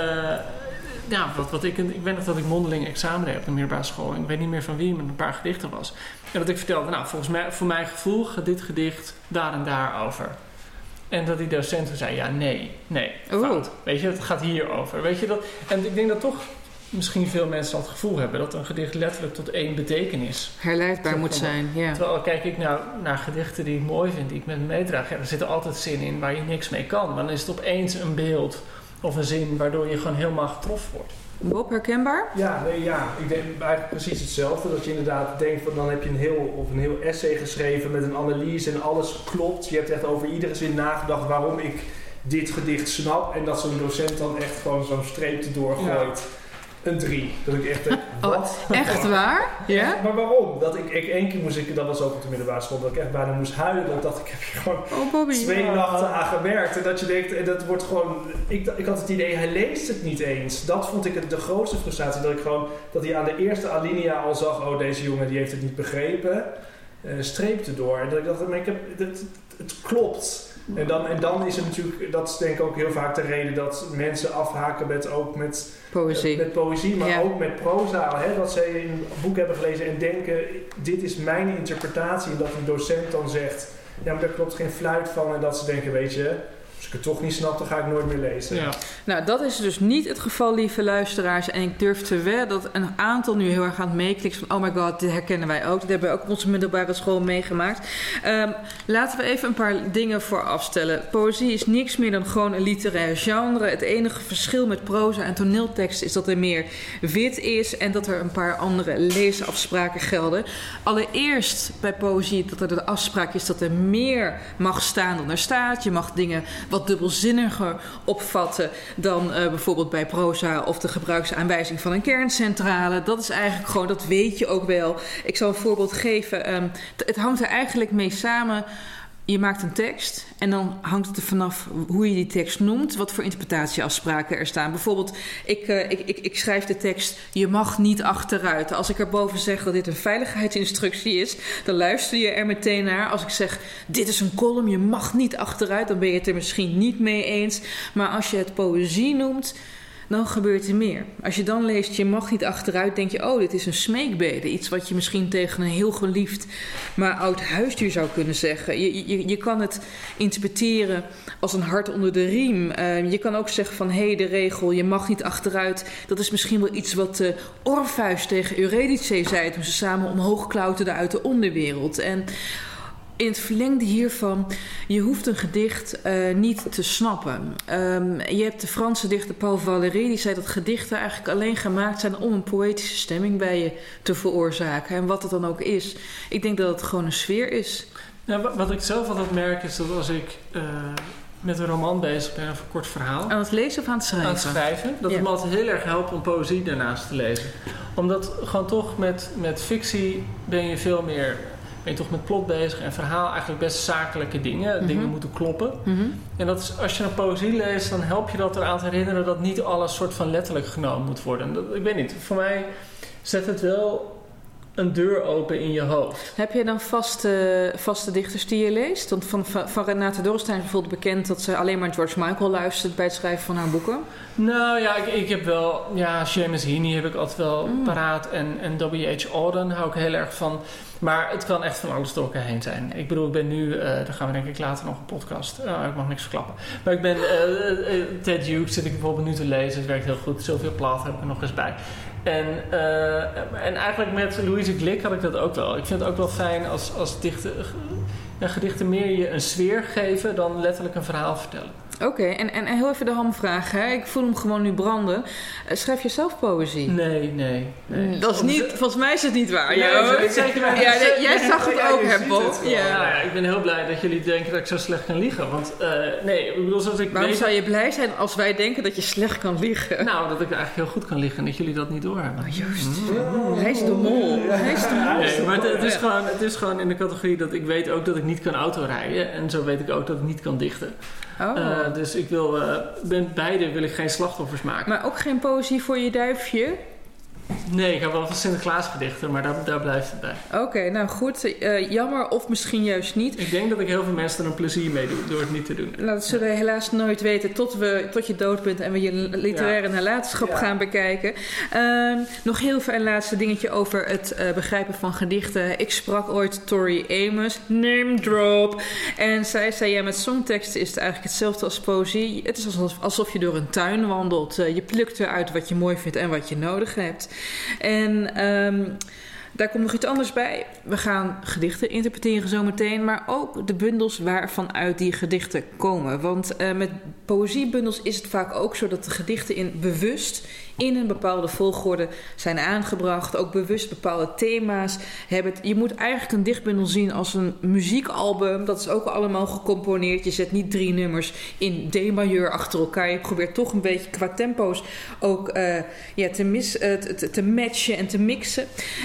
ja, wat, wat ik, ik weet nog dat ik mondeling examen deed op de middelbare school. En ik weet niet meer van wie, maar een paar gedichten was. En dat ik vertelde, nou volgens mij, voor mijn gevoel gaat dit gedicht daar en daar over. En dat die docent zei, ja, nee, nee, fout. Oeh. Weet je, het gaat hier over. Weet je dat? En ik denk dat toch misschien veel mensen al het gevoel hebben dat een gedicht letterlijk tot één betekenis herleidbaar moet zijn. Ja. Terwijl kijk ik nou naar gedichten die ik mooi vind, die ik met me meedraag, ja, er zitten altijd zinnen in waar je niks mee kan. Maar dan is het opeens een beeld of een zin waardoor je gewoon helemaal getroffen wordt. Bob, herkenbaar? Ja, nee, ja, ik denk eigenlijk precies hetzelfde. Dat je inderdaad denkt van dan heb je een heel, of een heel essay geschreven met een analyse en alles klopt. Je hebt echt over iedere zin nagedacht waarom ik dit gedicht snap. En dat zo'n docent dan echt gewoon zo'n streep erdoor gooit. Ja. Een drie. Dat ik echt denk, wat? Oh, echt waar? Ja? Maar waarom? Dat ik, ik één keer moest ik, dat was ook op de middelbare school, dat ik echt bijna moest huilen. Dat ik dacht, ik heb hier gewoon oh, Bobby. twee ja. nachten aan gewerkt. En dat je denkt, en dat wordt gewoon, ik, ik had het idee, hij leest het niet eens. Dat vond ik het, de grootste frustratie. Dat ik gewoon, dat hij aan de eerste alinea al zag, oh deze jongen die heeft het niet begrepen. Uh, streepte door. En dat ik dacht, maar ik heb, het, het klopt. En dan, en dan is het natuurlijk, dat is denk ik ook heel vaak de reden dat mensen afhaken met ook met poëzie, uh, met poëzie maar ja. ook met proza. Hè, dat ze in een boek hebben gelezen en denken, dit is mijn interpretatie. En dat een docent dan zegt, ja maar daar klopt geen fluit van. En dat ze denken, weet je, als ik het toch niet snap, dan ga ik nooit meer lezen. Ja. Nou, dat is dus niet het geval, lieve luisteraars. En ik durf te wedden dat een aantal nu heel erg aan het meeklikken van, oh my god, dit herkennen wij ook. Dit hebben we ook op onze middelbare school meegemaakt. Um, laten we even een paar dingen vooraf stellen. Poëzie is niks meer dan gewoon een literair genre. Het enige verschil met proza en toneeltekst is dat er meer wit is en dat er een paar andere leesafspraken gelden. Allereerst bij poëzie dat er de afspraak is dat er meer mag staan dan er staat. Je mag dingen wat dubbelzinniger opvatten dan uh, bijvoorbeeld bij proza of de gebruiksaanwijzing van een kerncentrale. Dat is eigenlijk gewoon, dat weet je ook wel. Ik zal een voorbeeld geven. Um, t- het hangt er eigenlijk mee samen. Je maakt een tekst en dan hangt het er vanaf hoe je die tekst noemt, wat voor interpretatieafspraken er staan. Bijvoorbeeld, ik, uh, ik, ik, ik schrijf de tekst, je mag niet achteruit. Als ik erboven zeg dat dit een veiligheidsinstructie is, dan luister je er meteen naar. Als ik zeg, dit is een column, je mag niet achteruit, dan ben je het er misschien niet mee eens. Maar als je het poëzie noemt, dan gebeurt er meer. Als je dan leest, je mag niet achteruit, denk je, oh, dit is een smeekbede. Iets wat je misschien tegen een heel geliefd, maar oud huisdier zou kunnen zeggen. Je, je, je kan het interpreteren als een hart onder de riem. Uh, je kan ook zeggen van, hé, hey, de regel, je mag niet achteruit. Dat is misschien wel iets wat uh, Orpheus tegen Eurydice zei toen ze samen omhoog klauterden uit de onderwereld. En in het verlengde hiervan, je hoeft een gedicht uh, niet te snappen. Um, je hebt de Franse dichter Paul Valéry, die zei dat gedichten eigenlijk alleen gemaakt zijn om een poëtische stemming bij je te veroorzaken. En wat het dan ook is. Ik denk dat het gewoon een sfeer is. Ja, wat ik zelf altijd merk is dat als ik uh, met een roman bezig ben of een kort verhaal. Aan het lezen of aan het schrijven? Aan het schrijven. Dat ja. het me altijd heel erg helpt om poëzie daarnaast te lezen. Omdat gewoon toch met, met fictie ben je veel meer, ben je toch met plot bezig en verhaal eigenlijk best zakelijke dingen. Mm-hmm. Dingen moeten kloppen. Mm-hmm. En dat is, als je een poëzie leest, dan help je dat eraan te herinneren dat niet alles soort van letterlijk genomen moet worden. Dat, ik weet niet, voor mij zet het wel een deur open in je hoofd. Heb je dan vaste, vaste dichters die je leest? Want van, van, van Renate Dorrestein is bijvoorbeeld bekend dat ze alleen maar George Michael luistert bij het schrijven van haar boeken. Nou ja, ik, ik heb wel, ja, Seamus Heaney heb ik altijd wel mm. paraat en, en W H Auden hou ik heel erg van. Maar het kan echt van alles door elkaar heen zijn. Ik bedoel, ik ben nu, uh, daar gaan we denk ik later nog een podcast. Oh, ik mag niks verklappen. Maar ik ben, uh, uh, Ted Hughes zit ik bijvoorbeeld nu te lezen. Het werkt heel goed. Sylvia Plath heb ik er nog eens bij. En, uh, en eigenlijk met Louise Glück had ik dat ook wel. Ik vind het ook wel fijn als, als dichten, uh, gedichten meer je een sfeer geven dan letterlijk een verhaal vertellen. Oké, okay, en, en heel even de hamvraag. Hè? Ik voel hem gewoon nu branden. Uh, schrijf je zelf poëzie? Nee, nee. nee. Dat is niet, volgens mij is het niet waar. Nee, ja, dat zeg je maar. Ja, nee, jij zag het ook, hè, Bob? Ja. Ja, ja, ik ben heel blij dat jullie denken dat ik zo slecht kan liegen. Want uh, nee, ik bedoel, zoals ik Waarom weet... zou je blij zijn als wij denken dat je slecht kan liegen? Nou, dat ik eigenlijk heel goed kan liegen en dat jullie dat niet doorhebben. Oh, juist. Mm. Hij is de mol. Hij is de mol. Nee, maar het, het, is gewoon, het is gewoon in de categorie dat ik weet ook dat ik niet kan autorijden. En zo weet ik ook dat ik niet kan dichten. Oh. Uh, dus ik wil, uh, ben beide wil ik geen slachtoffers maken. Maar ook geen poëzie voor je duifje? Nee, ik heb wel van Sinterklaas gedichten, maar daar, daar blijft het bij. Oké, okay, nou goed. Uh, jammer of misschien juist niet. Ik denk dat ik heel veel mensen er een plezier mee doe door het niet te doen. Nou, dat zullen we helaas nooit weten tot, we, tot je dood bent en we je literaire ja. nalatenschap ja. gaan bekijken. Uh, nog heel veel een laatste dingetje over het uh, begrijpen van gedichten. Ik sprak ooit Tori Amos, name drop. En zij zei, ja, met songteksten is het eigenlijk hetzelfde als poëzie. Het is alsof, alsof je door een tuin wandelt. Uh, je plukt eruit wat je mooi vindt en wat je nodig hebt. En um, daar komt nog iets anders bij. We gaan gedichten interpreteren zometeen, maar ook de bundels waarvan uit die gedichten komen. Want uh, met poëziebundels is het vaak ook zo dat de gedichten in bewust in een bepaalde volgorde zijn aangebracht. Ook bewust bepaalde thema's hebben. Je moet eigenlijk een dichtbundel zien als een muziekalbum. Dat is ook allemaal gecomponeerd. Je zet niet drie nummers in D-majeur achter elkaar. Je probeert toch een beetje qua tempo's ook uh, ja, te, mis, uh, te, te matchen en te mixen.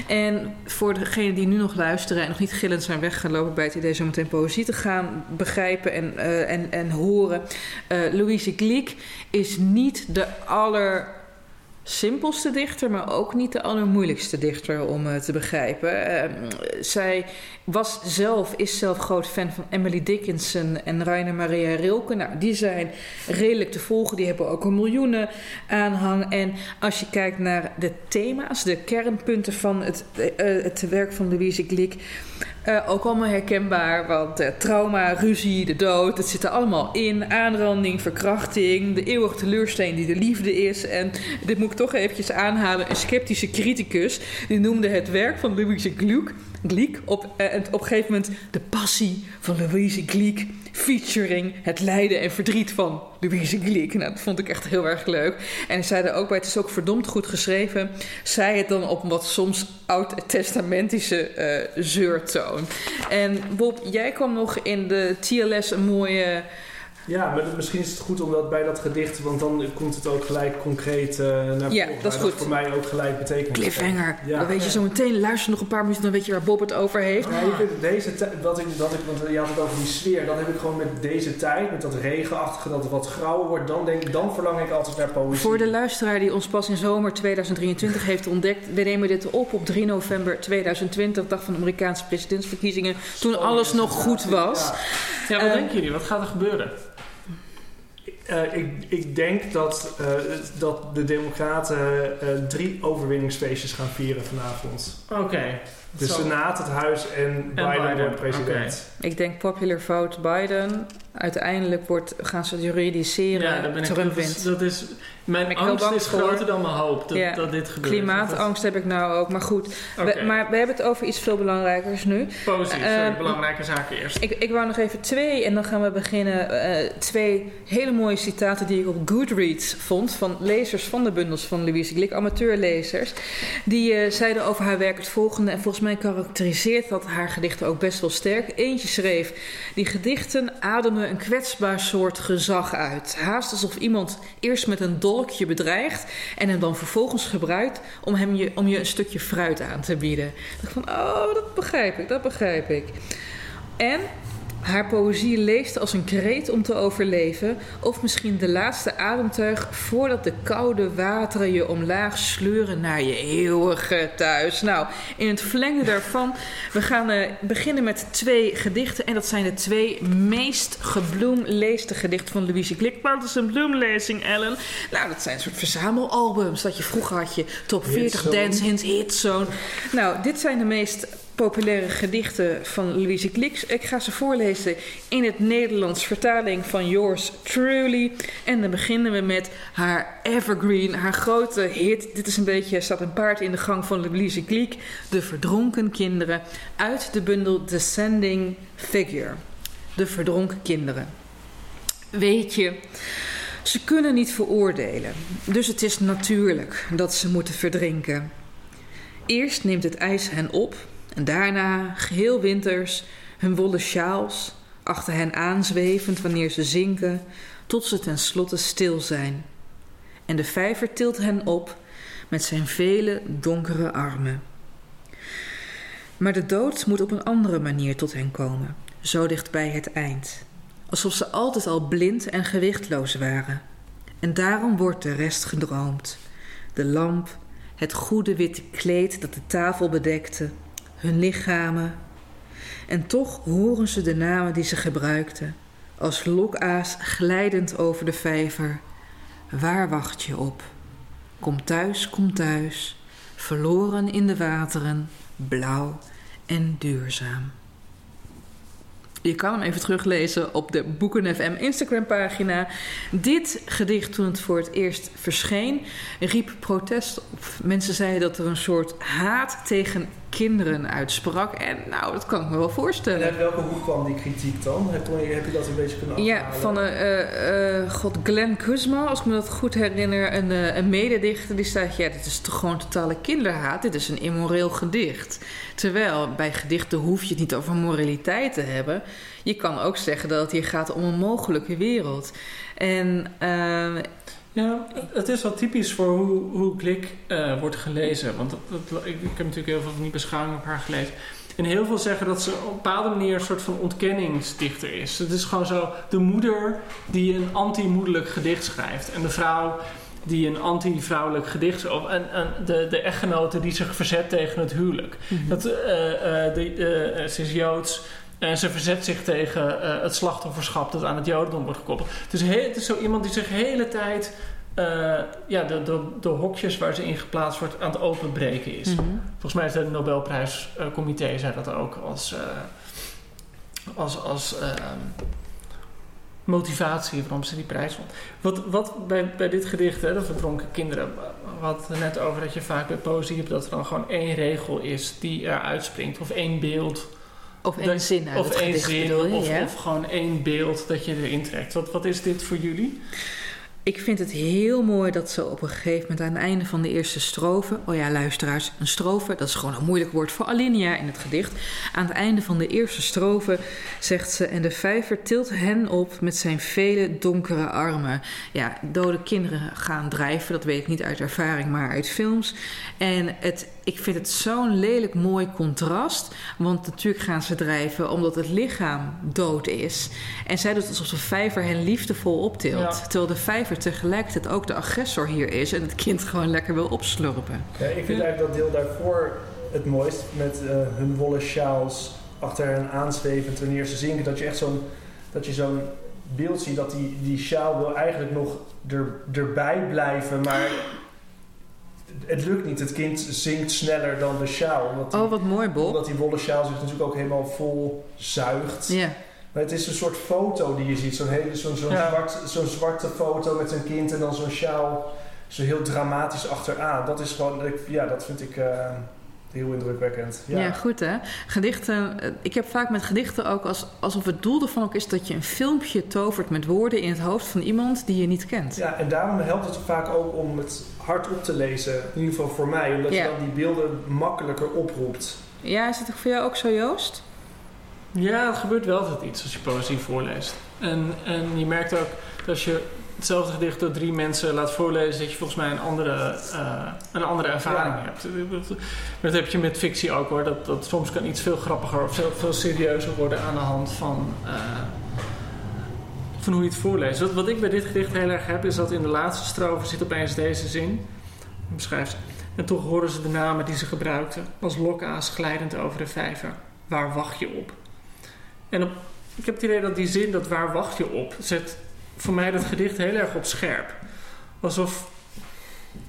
En voor degenen die nu nog luisteren en nog niet gillend zijn weggelopen bij het idee zo meteen poëzie te gaan begrijpen en, uh, en, en horen. Uh, Louise Glück is niet de aller simpelste dichter, maar ook niet de allermoeilijkste dichter om uh, te begrijpen. Uh, zij was zelf, is zelf groot fan van Emily Dickinson en Rainer Maria Rilke. Nou, die zijn redelijk te volgen. Die hebben ook een miljoenen aanhang. En als je kijkt naar de thema's, de kernpunten van het, uh, het werk van Louise Glück, Uh, ook allemaal herkenbaar, want uh, trauma, ruzie, de dood, het zit er allemaal in. Aanranding, verkrachting, de eeuwige teleursteen die de liefde is. En dit moet ik toch eventjes aanhalen. Een sceptische criticus, die noemde het werk van Louise Glück, Glück op, uh, op een gegeven moment de passie van Louise Glück, featuring het lijden en verdriet van Louise Glück. Nou, dat vond ik echt heel erg leuk. En hij zei er ook bij, het is ook verdomd goed geschreven. Zei het dan op een wat soms oud-testamentische uh, zeurtoon. En Bob, jij kwam nog in de T L S een mooie... Ja, maar misschien is het goed om dat bij dat gedicht, want dan komt het ook gelijk concreet uh, naar voren. Ja, dat is goed. Dat voor mij ook gelijk betekent. Cliffhanger. Ja. Dan weet je zo meteen, luister nog een paar minuten, dan weet je waar Bob het over heeft. Ja, ik vind deze tijd, dat ik, dat ik, want je had het over die sfeer, dat heb ik gewoon met deze tijd, met dat regenachtige, dat het wat grauwer wordt, dan denk ik, dan verlang ik altijd naar poëzie. Voor de luisteraar die ons pas in zomer tweeduizend drieëntwintig heeft ontdekt, we nemen dit op op drie november tweeduizend twintig, dag van de Amerikaanse presidentsverkiezingen, toen alles nog goed was. Ja, ja wat uh, denken jullie? Wat gaat er gebeuren? Uh, ik, ik denk dat, uh, dat de Democraten uh, drie overwinningsfeestjes gaan vieren vanavond. Oké. Okay. De Zo. Senaat, het Huis en, en Biden, Biden wordt president. Okay. Ik denk popular vote Biden. Uiteindelijk wordt, gaan ze het juridiseren. Ja, daar ben Trump ik, dat wint. Is, dat is, mijn ben angst is voor. groter dan mijn hoop dat, ja. dat dit gebeurt. Klimaatangst heb ik nou ook. Maar goed, okay. we, maar we hebben het over iets veel belangrijkers nu. Poëzie, sorry, uh, belangrijke zaken eerst. Ik, ik wou nog even twee en dan gaan we beginnen. Uh, twee hele mooie citaten die ik op Goodreads vond van lezers van de bundels van Louise Glück, amateurlezers. Die uh, zeiden over haar werk het volgende en volgens mij karakteriseert dat haar gedichten ook best wel sterk. Eentje schreef, die gedichten ademen een kwetsbaar soort gezag uit. Haast alsof iemand eerst met een dolkje bedreigt en hem dan vervolgens gebruikt om, hem je, om je een stukje fruit aan te bieden. Ik dacht van, oh, dat begrijp ik, dat begrijp ik. En haar poëzie leest als een kreet om te overleven, of misschien de laatste ademteug voordat de koude wateren je omlaag sleuren naar je eeuwige thuis. Nou, in het verlengde daarvan, we gaan uh, beginnen met twee gedichten en dat zijn de twee meest gebloemleesde gedichten van Louise Glück. Wat is een bloemlezing, Ellen? Nou, dat zijn een soort verzamelalbums dat je vroeger had je top veertig Dance Hits, Hitzone. Nou, dit zijn de meest populaire gedichten van Louise Glück. Ik ga ze voorlezen in het Nederlands, vertaling van yours truly. En dan beginnen we met haar evergreen, haar grote hit. Dit is een beetje, staat een paard in de gang van Louise Glück. De verdronken kinderen, uit de bundel Descending Figure. De verdronken kinderen. Weet je, ze kunnen niet veroordelen, dus het is natuurlijk dat ze moeten verdrinken. Eerst neemt het ijs hen op en daarna, geheel winters, hun wollen sjaals, achter hen aanzwevend wanneer ze zinken, tot ze tenslotte stil zijn. En de vijver tilt hen op met zijn vele donkere armen. Maar de dood moet op een andere manier tot hen komen, zo dicht bij het eind. Alsof ze altijd al blind en gewichtloos waren. En daarom wordt de rest gedroomd. De lamp, het goede witte kleed dat de tafel bedekte, hun lichamen. En toch horen ze de namen die ze gebruikten, als lokaas glijdend over de vijver. Waar wacht je op? Kom thuis, kom thuis, verloren in de wateren, blauw en duurzaam. Je kan hem even teruglezen op de Boeken F M Instagram pagina. Dit gedicht, toen het voor het eerst verscheen, riep protest op. Mensen zeiden dat er een soort haat tegen kinderen uitsprak. En nou, dat kan ik me wel voorstellen. En uit welke hoek kwam die kritiek dan? Heb, heb je dat een beetje kunnen afhalen? Ja, van uh, uh, God, Glenn Kuzma, als ik me dat goed herinner, een, uh, een mededichter die staat, ja, dit is toch gewoon totale kinderhaat. Dit is een immoreel gedicht. Terwijl bij gedichten hoef je het niet over moraliteit te hebben. Je kan ook zeggen dat het hier gaat om een mogelijke wereld. En uh, ja, het is wel typisch voor hoe, hoe Glück uh, wordt gelezen. Want dat, dat, ik, ik heb natuurlijk heel veel van die beschouwingen op haar gelezen. En heel veel zeggen dat ze op een bepaalde manier een soort van ontkenningsdichter is. Het is gewoon zo de moeder die een anti-moederlijk gedicht schrijft. En de vrouw die een anti-vrouwelijk gedicht schrijft. En, en de, de echtgenote die zich verzet tegen het huwelijk. Mm-hmm. Dat, uh, uh, de, uh, ze is Joods. En ze verzet zich tegen uh, het slachtofferschap dat aan het jodendom wordt gekoppeld. Het is, heel, het is zo iemand die zich de hele tijd uh, ja, de, de, de hokjes waar ze in geplaatst wordt aan het openbreken is. Mm-hmm. Volgens mij is het Nobelprijscomité uh, zei dat ook als, uh, als, als uh, motivatie waarom ze die prijs vond. Wat, wat bij, bij dit gedicht, hè, de verdronken kinderen, we hadden het net over dat je vaak bij poëzie hebt dat er dan gewoon één regel is die er uitspringt of één beeld. Of één zin uit of het één gedicht zin, bedoel je, of, ja? of gewoon één beeld dat je erin trekt. Wat, wat is dit voor jullie? Ik vind het heel mooi dat ze op een gegeven moment aan het einde van de eerste strofe... Oh ja, luisteraars, een strofe, dat is gewoon een moeilijk woord voor alinea in het gedicht. Aan het einde van de eerste strofe zegt ze... En de vijver tilt hen op met zijn vele donkere armen. Ja, dode kinderen gaan drijven, dat weet ik niet uit ervaring, maar uit films. En het, ik vind het zo'n lelijk mooi contrast. Want natuurlijk gaan ze drijven omdat het lichaam dood is. En zij doet alsof de vijver hen liefdevol optilt. Ja. Terwijl de vijver tegelijkertijd ook de agressor hier is en het kind gewoon lekker wil opslurpen. Ja, ik vind eigenlijk dat deel daarvoor het mooist met uh, hun wollen sjaals achter hen aanzwevend wanneer ze zinken, dat je echt zo'n dat je zo'n beeld ziet dat die, die sjaal wil eigenlijk nog er, erbij blijven, maar het lukt niet. Het kind zinkt sneller dan de sjaal. Omdat die, oh, wat mooi, Bob. Omdat die wollen sjaal zich natuurlijk ook helemaal vol zuigt. Ja. Maar het is een soort foto die je ziet. Zo'n, hele, zo'n, zo'n, ja. zwart, zo'n zwarte foto met een kind en dan zo'n sjaal zo heel dramatisch achteraan. Dat is gewoon, ja, dat vind ik uh, heel indrukwekkend. Ja. ja, goed hè. Gedichten, ik heb vaak met gedichten ook als, alsof het doel ervan ook is dat je een filmpje tovert met woorden in het hoofd van iemand die je niet kent. Ja, en daarom helpt het vaak ook om het hardop te lezen. In ieder geval voor mij, omdat ja. je dan die beelden makkelijker oproept. Ja, is het voor jou ook zo, Joost? Ja, het gebeurt wel altijd iets als je poëzie voorleest. En, en je merkt ook dat als je hetzelfde gedicht door drie mensen laat voorlezen, dat je volgens mij een andere, uh, een andere ervaring ja. hebt. Dat heb je met fictie ook hoor. Dat, dat soms kan iets veel grappiger of veel, veel serieuzer worden aan de hand van, uh, van hoe je het voorleest. Wat, wat ik bij dit gedicht heel erg heb, is dat in de laatste strofe zit opeens deze zin. Beschrijft ze. En toch horen ze de namen die ze gebruikten als lokaas glijdend over de vijver. Waar wacht je op? En op, ik heb het idee dat die zin, dat waar wacht je op, zet voor mij dat gedicht heel erg op scherp. Alsof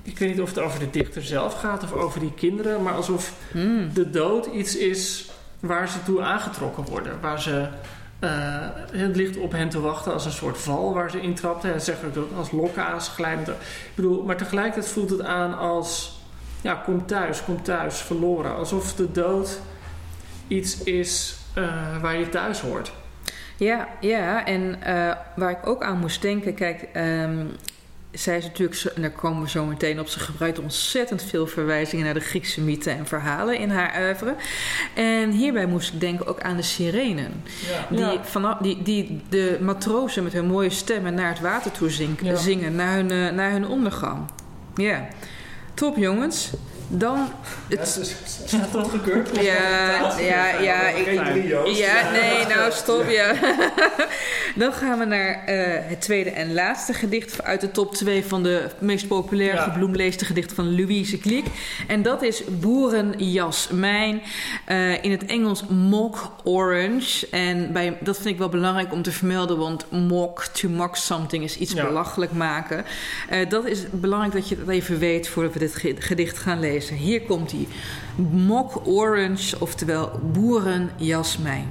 ik weet niet of het over de dichter zelf gaat of over die kinderen, maar alsof mm. de dood iets is waar ze toe aangetrokken worden. Waar ze, uh, het ligt op hen te wachten als een soort val waar ze intrapten. En zeggen ook als lokka's glijdend. Ik bedoel, maar tegelijkertijd voelt het aan als, ja, kom thuis, kom thuis, verloren. Alsof de dood iets is uh, waar je thuis hoort. Ja, ja, en uh, waar ik ook aan moest denken, kijk, um, zij is natuurlijk, en daar komen we zo meteen op, ze gebruikt ontzettend veel verwijzingen naar de Griekse mythen en verhalen in haar oeuvre. En hierbij moest ik denken ook aan de sirenen. Ja. Die, ja. Vanaf, die, die de matrozen met hun mooie stemmen naar het water toe zinken, ja. zingen, naar hun, uh, naar hun ondergang. Ja, top jongens. Dan... Het staat het opgekeurd? Ja, ja, ja. Ik, ja, nee, nou stop, ja. Dan gaan we naar uh, het tweede en laatste gedicht uit de top twee van de meest populaire ja. gebloemleesde gedichten van Louise Glück. En dat is Boerenjasmijn. Uh, in het Engels mock orange. En bij, dat vind ik wel belangrijk om te vermelden, want mock, to mock something is iets ja. belachelijk maken. Uh, dat is belangrijk dat je dat even weet voordat we dit gedicht gaan lezen. Hier komt hij. Mock orange, oftewel boerenjasmijn.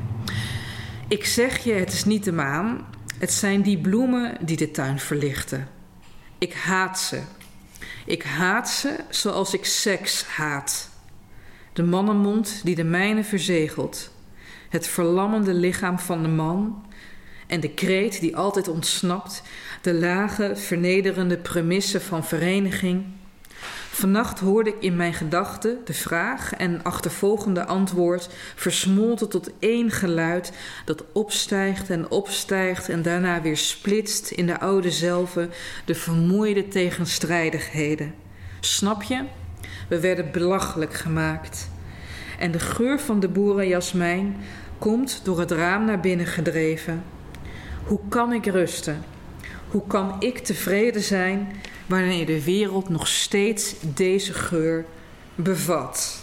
Ik zeg je, het is niet de maan. Het zijn die bloemen die de tuin verlichten. Ik haat ze. Ik haat ze zoals ik seks haat. De mannenmond die de mijne verzegelt. Het verlammende lichaam van de man. En de kreet die altijd ontsnapt. De lage, vernederende premisse van vereniging. Vannacht hoorde ik in mijn gedachten de vraag en achtervolgende antwoord versmolten tot één geluid dat opstijgt en opstijgt en daarna weer splitst in de oude zelve de vermoeide tegenstrijdigheden. Snap je? We werden belachelijk gemaakt. En de geur van de boerenjasmijn komt door het raam naar binnen gedreven. Hoe kan ik rusten? Hoe kan ik tevreden zijn wanneer de wereld nog steeds deze geur bevat?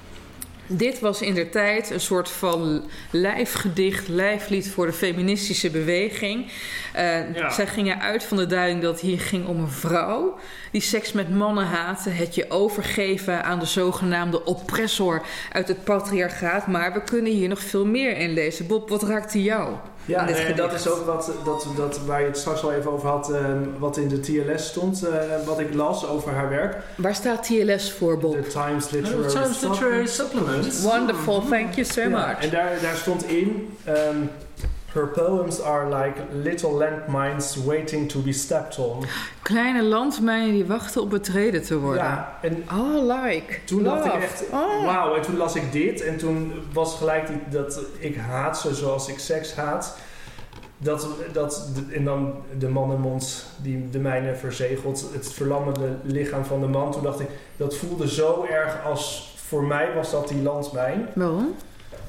Dit was indertijd een soort van lijfgedicht, lijflied voor de feministische beweging. Uh, ja. Zij gingen uit van de duiding dat het hier ging om een vrouw die seks met mannen haatte, het je overgeven aan de zogenaamde oppressor uit het patriarchaat. Maar we kunnen hier nog veel meer in lezen. Bob, wat raakte jou? Ja, nee, dat is ook wat, dat, dat, waar je het straks al even over had, um, wat in de T L S stond, uh, wat ik las over haar werk. Waar staat T L S voor, Bob? The Times Literary, oh, Times Literary Supplement. Wonderful, thank you so ja, much. En daar, daar stond in, um, her poems are like little landmines waiting to be stepped on. Kleine landmijnen die wachten op betreden te worden. Ja, en oh, like. Toen love. dacht ik echt, oh. wauw. En toen las ik dit en toen was gelijk die, dat ik haat ze zoals ik seks haat. Dat, dat, en dan de mannenmond die de mijne verzegelt, het verlammende lichaam van de man. Toen dacht ik, dat voelde zo erg als, voor mij was dat die landmijn. Waarom?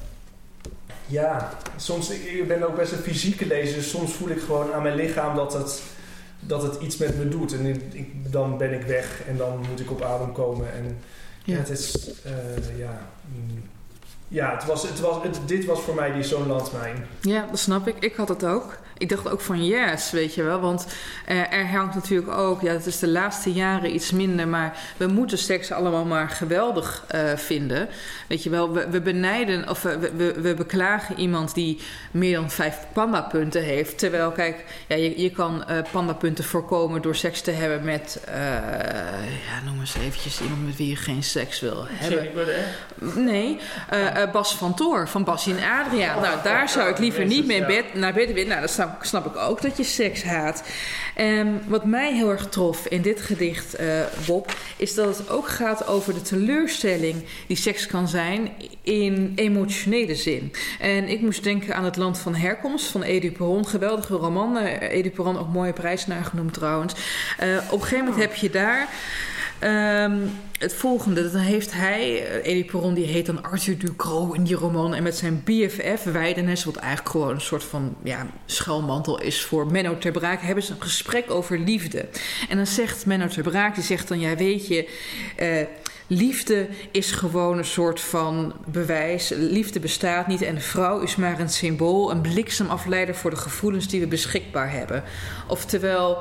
Ja, soms, ik ben ook best een fysieke lezer, dus soms voel ik gewoon aan mijn lichaam dat het, dat het iets met me doet. En ik, dan ben ik weg en dan moet ik op adem komen. En ja. Het is, uh, ja... Mm, Ja, het was, het was, het, dit was voor mij die zo'n landmijn. Ja, dat snap ik. Ik had het ook. Ik dacht ook van yes, weet je wel. Want uh, er hangt natuurlijk ook... Ja, het is de laatste jaren iets minder. Maar we moeten seks allemaal maar geweldig uh, vinden. Weet je wel, we, we benijden... Of we, we, we beklagen iemand die meer dan vijf pandapunten heeft. Terwijl, kijk, ja, je, je kan uh, pandapunten voorkomen door seks te hebben met... Uh, ja, noem eens eventjes iemand met wie je geen seks wil hebben. Nee, uh, uh, Bas van Toor, van Bassie en Adriaan. Nou, daar zou ik liever niet mee in bed, naar bed willen. Nou, dat snap, snap ik ook, dat je seks haat. En wat mij heel erg trof in dit gedicht, uh, Bob, is dat het ook gaat over de teleurstelling die seks kan zijn in emotionele zin. En ik moest denken aan Het Land van Herkomst van Edi Perron. Geweldige roman. Uh, Edi Perron ook mooie prijsnaar genoemd trouwens. Uh, op een gegeven moment heb je daar... Um, het volgende, dan heeft hij, uh, Edi Perron, die heet dan Arthur Ducrot in die roman. En met zijn B F F, Weidenes, wat eigenlijk gewoon een soort van ja, schuilmantel is voor Menno ter Braak, hebben ze een gesprek over liefde. En dan zegt Menno ter Braak, die zegt dan, ja weet je... Uh, Liefde is gewoon een soort van bewijs. Liefde bestaat niet en de vrouw is maar een symbool, een bliksemafleider voor de gevoelens die we beschikbaar hebben. Oftewel,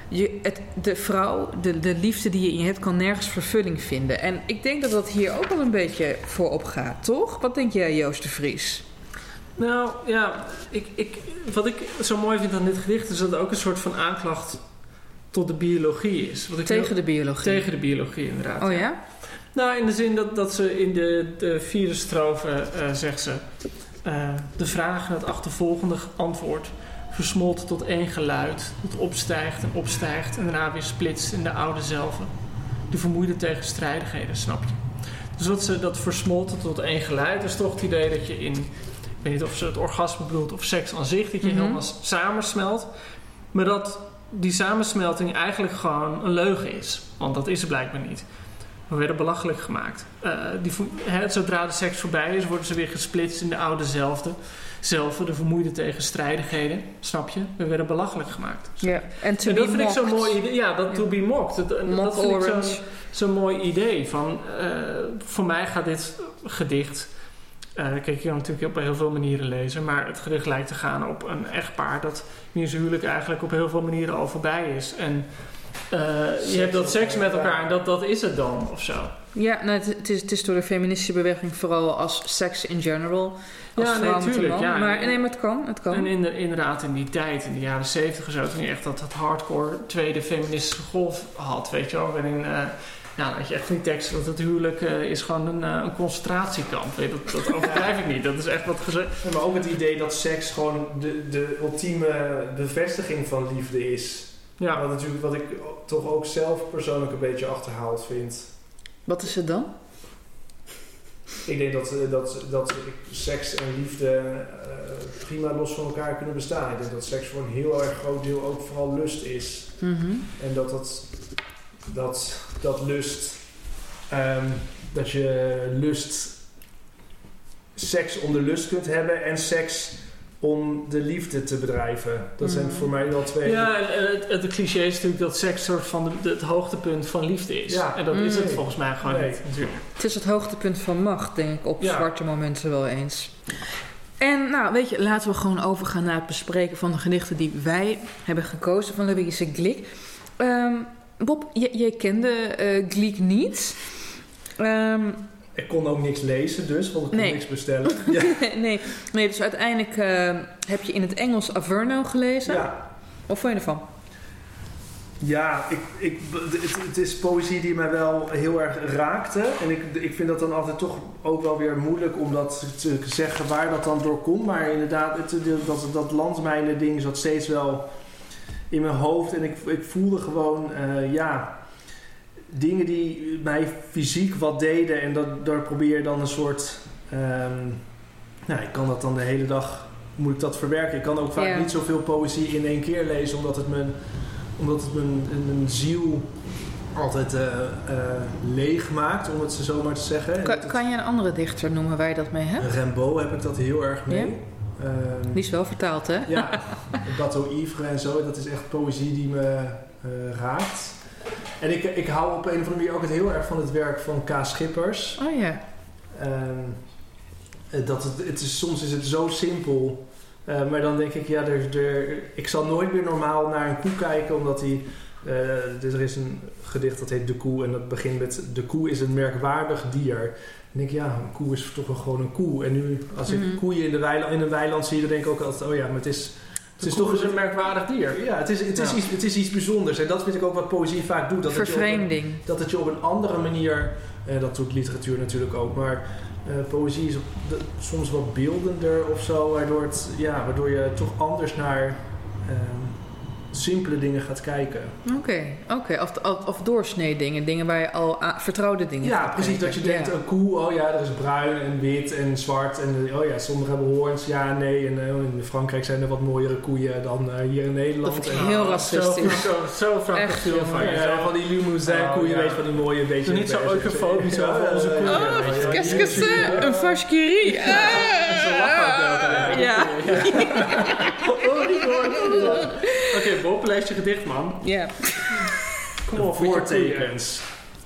je, het, de vrouw, de, de liefde die je in je hebt, kan nergens vervulling vinden. En ik denk dat dat hier ook wel een beetje voorop gaat, toch? Wat denk jij, Joost de Vries? Nou, ja, ik, ik, wat ik zo mooi vind aan dit gedicht is dat het ook een soort van aanklacht tot de biologie is. Wat ik tegen wil, de biologie? Tegen de biologie, inderdaad. Oh ja? ja? Nou, in de zin dat, dat ze in de, de vierde strofe uh, zegt ze... Uh, de vraag en het achtervolgende antwoord versmolt tot één geluid, dat opstijgt en opstijgt en daarna weer splitst in de oude zelve. De vermoeide tegenstrijdigheden, snap je? Dus dat ze dat versmolten tot één geluid is toch het idee dat je in... Ik weet niet of ze het orgasme bedoelt of seks aan zich, dat je mm-hmm. helemaal samensmelt. Maar dat die samensmelting eigenlijk gewoon een leugen is. Want dat is het blijkbaar niet. We werden belachelijk gemaakt. Uh, die, he, zodra de seks voorbij is, worden ze weer gesplitst in de oude zelfde. Zelfde, de vermoeide tegenstrijdigheden. Snap je? We werden belachelijk gemaakt. Ja, yeah. En dat vind ik zo'n mooi idee. Ja, dat to be mocked. Dat, Mock dat vind orange. ik zo'n, zo'n mooi idee. Van, uh, voor mij gaat dit gedicht... Uh, kijk, je kan natuurlijk op heel veel manieren lezen. Maar het gedicht lijkt te gaan op een echtpaar... dat in zijn huwelijk eigenlijk op heel veel manieren al voorbij is. En... Uh, je hebt dat seks met elkaar en dat, dat is het dan, of zo. Ja, nou, het, het, is, het is door de feministische beweging vooral als seks in general. Als ja, nee, tuurlijk. Ja, maar, nee, maar het kan, het kan. En in de, inderdaad in die tijd, in de jaren zeventig en zo... toen je echt dat, dat hardcore tweede feministische golf had, weet je wel. Waarin, uh, ja, dat je echt van die teksten dat het huwelijk uh, is gewoon een, uh, een concentratiekamp. Weet, dat, dat overdrijf ik niet, dat is echt wat gezegd. Ja, maar ook het idee dat seks gewoon de, de ultieme bevestiging van liefde is... Ja. Wat, natuurlijk, wat ik toch ook zelf persoonlijk een beetje achterhaald vind. Wat is het dan? Ik denk dat, dat, dat seks en liefde uh, prima los van elkaar kunnen bestaan. Ik denk dat seks voor een heel erg groot deel ook vooral lust is. Mm-hmm. En dat dat, dat, dat lust, um, dat je lust, seks om de lust kunt hebben en seks... om de liefde te bedrijven. Dat zijn voor mij wel twee... Ja, het, het, het cliché is natuurlijk dat seks soort van de, het hoogtepunt van liefde is. Ja. En dat mm. is het volgens mij gewoon nee. niet. Natuurlijk. Het is het hoogtepunt van macht, denk ik, op ja. zwarte momenten wel eens. En nou, weet je, laten we gewoon overgaan naar het bespreken van de gedichten die wij hebben gekozen van Louise Glück. Um, Bob, j- jij kende uh, Glück niet. Um, Ik kon ook niks lezen dus, want ik kon nee. niks bestellen. Ja. nee, nee, dus uiteindelijk uh, heb je in het Engels Averno gelezen. Ja. Wat vond je ervan? Ja, ik, ik, het, het is poëzie die mij wel heel erg raakte. En ik, ik vind dat dan altijd toch ook wel weer moeilijk om dat te zeggen waar dat dan door komt. Maar inderdaad, het, dat, dat landmijnen ding zat steeds wel in mijn hoofd. En ik, ik voelde gewoon, uh, ja... dingen die mij fysiek wat deden en dat, daar probeer je dan een soort... Um, nou, ik kan dat dan de hele dag... moet ik dat verwerken. Ik kan ook vaak yeah. niet zoveel poëzie in één keer lezen... omdat het mijn, omdat het mijn, mijn ziel altijd uh, uh, leeg maakt... om het zo maar te zeggen. Kan, kan je een andere dichter noemen waar je dat mee hebt? Rimbaud heb ik dat heel erg mee. Yeah. Um, die is wel vertaald, hè? Ja, Bateau Ivre en zo. Dat is echt poëzie die me uh, raakt... En ik, ik hou op een of andere manier ook het heel erg van het werk van K. Schippers. Oh ja. Um, dat het, het is, soms is het zo simpel. Uh, maar dan denk ik, ja, er, er, ik zal nooit meer normaal naar een koe kijken. Omdat die, uh, er is een gedicht dat heet De Koe. En dat begint met, de koe is een merkwaardig dier. En dan denk ik, ja, een koe is toch wel gewoon een koe. En nu, als ik mm-hmm. koeien in, de weiland, in een weiland zie, dan denk ik ook altijd, oh ja, maar het is... Het is toch eens een merkwaardig dier. Ja, het is, het, is ja. Iets, het is iets bijzonders. En dat vind ik ook wat poëzie vaak doet. Dat Vervreemding. Het je op een, dat het je op een andere manier... En dat doet literatuur natuurlijk ook. Maar uh, poëzie is op de, soms wat beeldender of zo. Waardoor, het, ja, waardoor je toch anders naar uh, simpele dingen gaat kijken. Oké, okay, oké. Okay. Of, of, of doorsnee dingen. Dingen waar je al a- vertrouwde dingen Ja, gaat precies. kijken. Dat je denkt, ja. Een koe, oh ja, er is bruin en wit en zwart. En oh ja, sommigen hebben hoorns, ja, nee. En uh, in Frankrijk zijn er wat mooiere koeien dan uh, hier in Nederland. Dat vind ik heel oh, racistisch. Zo, zo, zo francofiel van je. Ja, van die limousin koeien, oh, ja. Weet van die mooie beetje. Niet zo eufobisch over onze koeien. Oh, qu'est-ce que c'est? Een vacherie. Ja. Oké, Bob, lees je gedicht, man. Ja. Kom op, voortekens.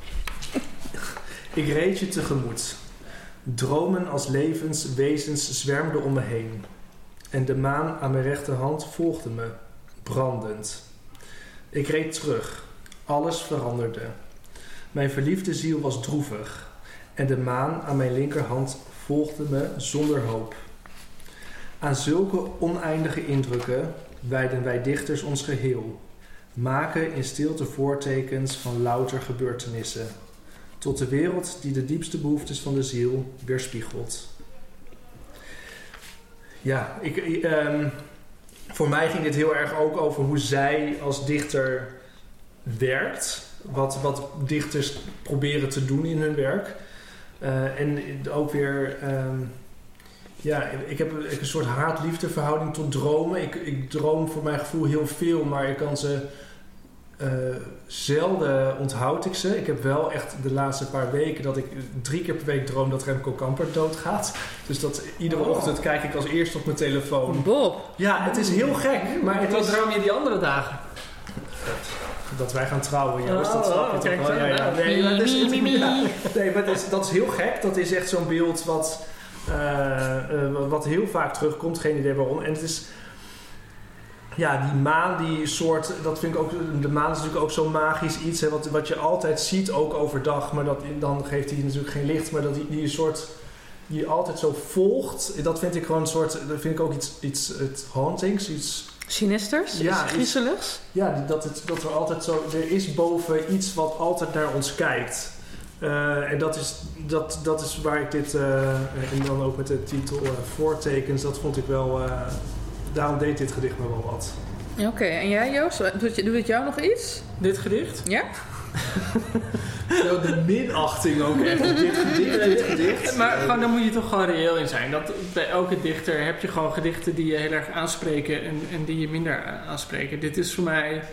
Ik reed je tegemoet. Dromen als levenswezens zwermden om me heen. En de maan aan mijn rechterhand volgde me, brandend. Ik reed terug. Alles veranderde. Mijn verliefde ziel was droevig. En de maan aan mijn linkerhand volgde me zonder hoop. Aan zulke oneindige indrukken wijden wij dichters ons geheel. Maken in stilte voortekens van louter gebeurtenissen. Tot de wereld die de diepste behoeftes van de ziel weerspiegelt. Ja, ik, um, voor mij ging dit heel erg ook over hoe zij als dichter werkt. Wat, wat dichters proberen te doen in hun werk. Uh, en ook weer... Um, ja, ik heb een, een soort haat-liefde verhouding tot dromen. Ik, ik droom voor mijn gevoel heel veel, maar ik kan ze... Uh, zelden onthoud ik ze. Ik heb wel echt de laatste paar weken dat ik drie keer per week droom dat Remco Kampert doodgaat. Dus dat iedere oh. ochtend kijk ik als eerste op mijn telefoon. Bob. Ja, het is heel gek. Maar het Wat is... droom je die andere dagen? Dat, dat wij gaan trouwen, Joost. Oh, dat snap je toch wel. Ja, ja. Nee, maar, dat is, ja, nee, maar dat, is, dat is heel gek. Dat is echt zo'n beeld wat, uh, uh, wat heel vaak terugkomt. Geen idee waarom. En het is... Ja, die maan, die soort, dat vind ik ook, de maan is natuurlijk ook zo'n magisch iets, hè, wat, wat je altijd ziet, ook overdag, maar dat, dan geeft hij natuurlijk geen licht, maar dat die, die soort, die je altijd zo volgt, dat vind ik gewoon een soort, dat vind ik ook iets, iets het hauntings, iets... Sinisters? Ja, iets griezeligs? Ja, dat, het, dat er altijd zo, er is boven iets wat altijd naar ons kijkt. Uh, en dat is, dat, dat is waar ik dit, uh, en dan ook met de titel uh, Voortekens, dat vond ik wel... Uh, Daarom deed dit gedicht me wel wat. Oké, okay, en jij Joost? Doet, doet het jou nog iets? Dit gedicht? Ja. Zo de minachting ook echt. Dit gedicht, dit gedicht. Maar gewoon, daar moet je toch gewoon reëel in zijn. Dat bij elke dichter heb je gewoon gedichten die je heel erg aanspreken en, en die je minder aanspreken. Dit is voor mij...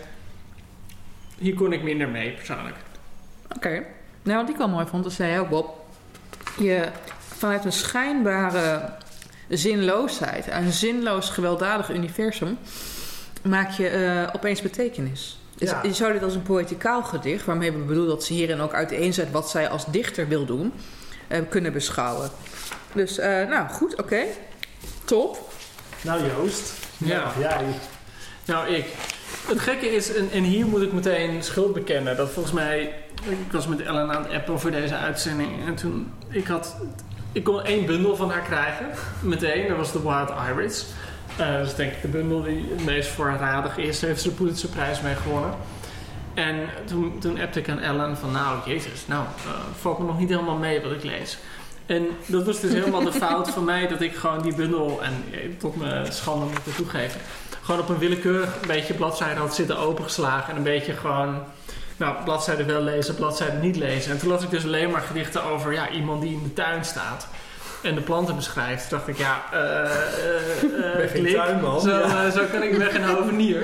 Hier kon ik minder mee, persoonlijk. Oké. Okay. Nou, wat ik wel mooi vond, dat zei jij ook, Bob. Je vanuit een schijnbare... zinloosheid, een zinloos gewelddadig universum, maak je uh, opeens betekenis. Dus ja. Je zou dit als een poëticaal gedicht, waarmee we bedoelen dat ze hierin ook uiteenzet wat zij als dichter wil doen, uh, kunnen beschouwen. Dus, uh, nou goed, oké. Okay. Top. Nou Joost. Ja. Ja. Jij. Nou ik. Het gekke is, en, en hier moet ik meteen schuld bekennen, dat volgens mij, ik was met Ellen aan het appen voor deze uitzending en toen, ik had... Ik kon één bundel van haar krijgen, meteen. Dat was de Wild Iris. Uh, dat is denk ik de bundel die het meest voorradig is. Daar heeft ze de Pulitzerprijs mee gewonnen. En toen, toen appte ik aan Ellen van, nou, jezus, nou, uh, valt me nog niet helemaal mee wat ik lees. En dat was dus helemaal de fout van mij, dat ik gewoon die bundel, en tot mijn schande moet ik het toegeven, gewoon op een willekeurig beetje bladzijde had zitten opengeslagen en een beetje gewoon... Nou, bladzijden wel lezen, bladzijden niet lezen. En toen las ik dus alleen maar gedichten over ja, iemand die in de tuin staat en de planten beschrijft. Toen dacht ik, ja, uh, uh, uh, klik, tuinman, zo, ja. uh, zo kan ik weg een hovenier.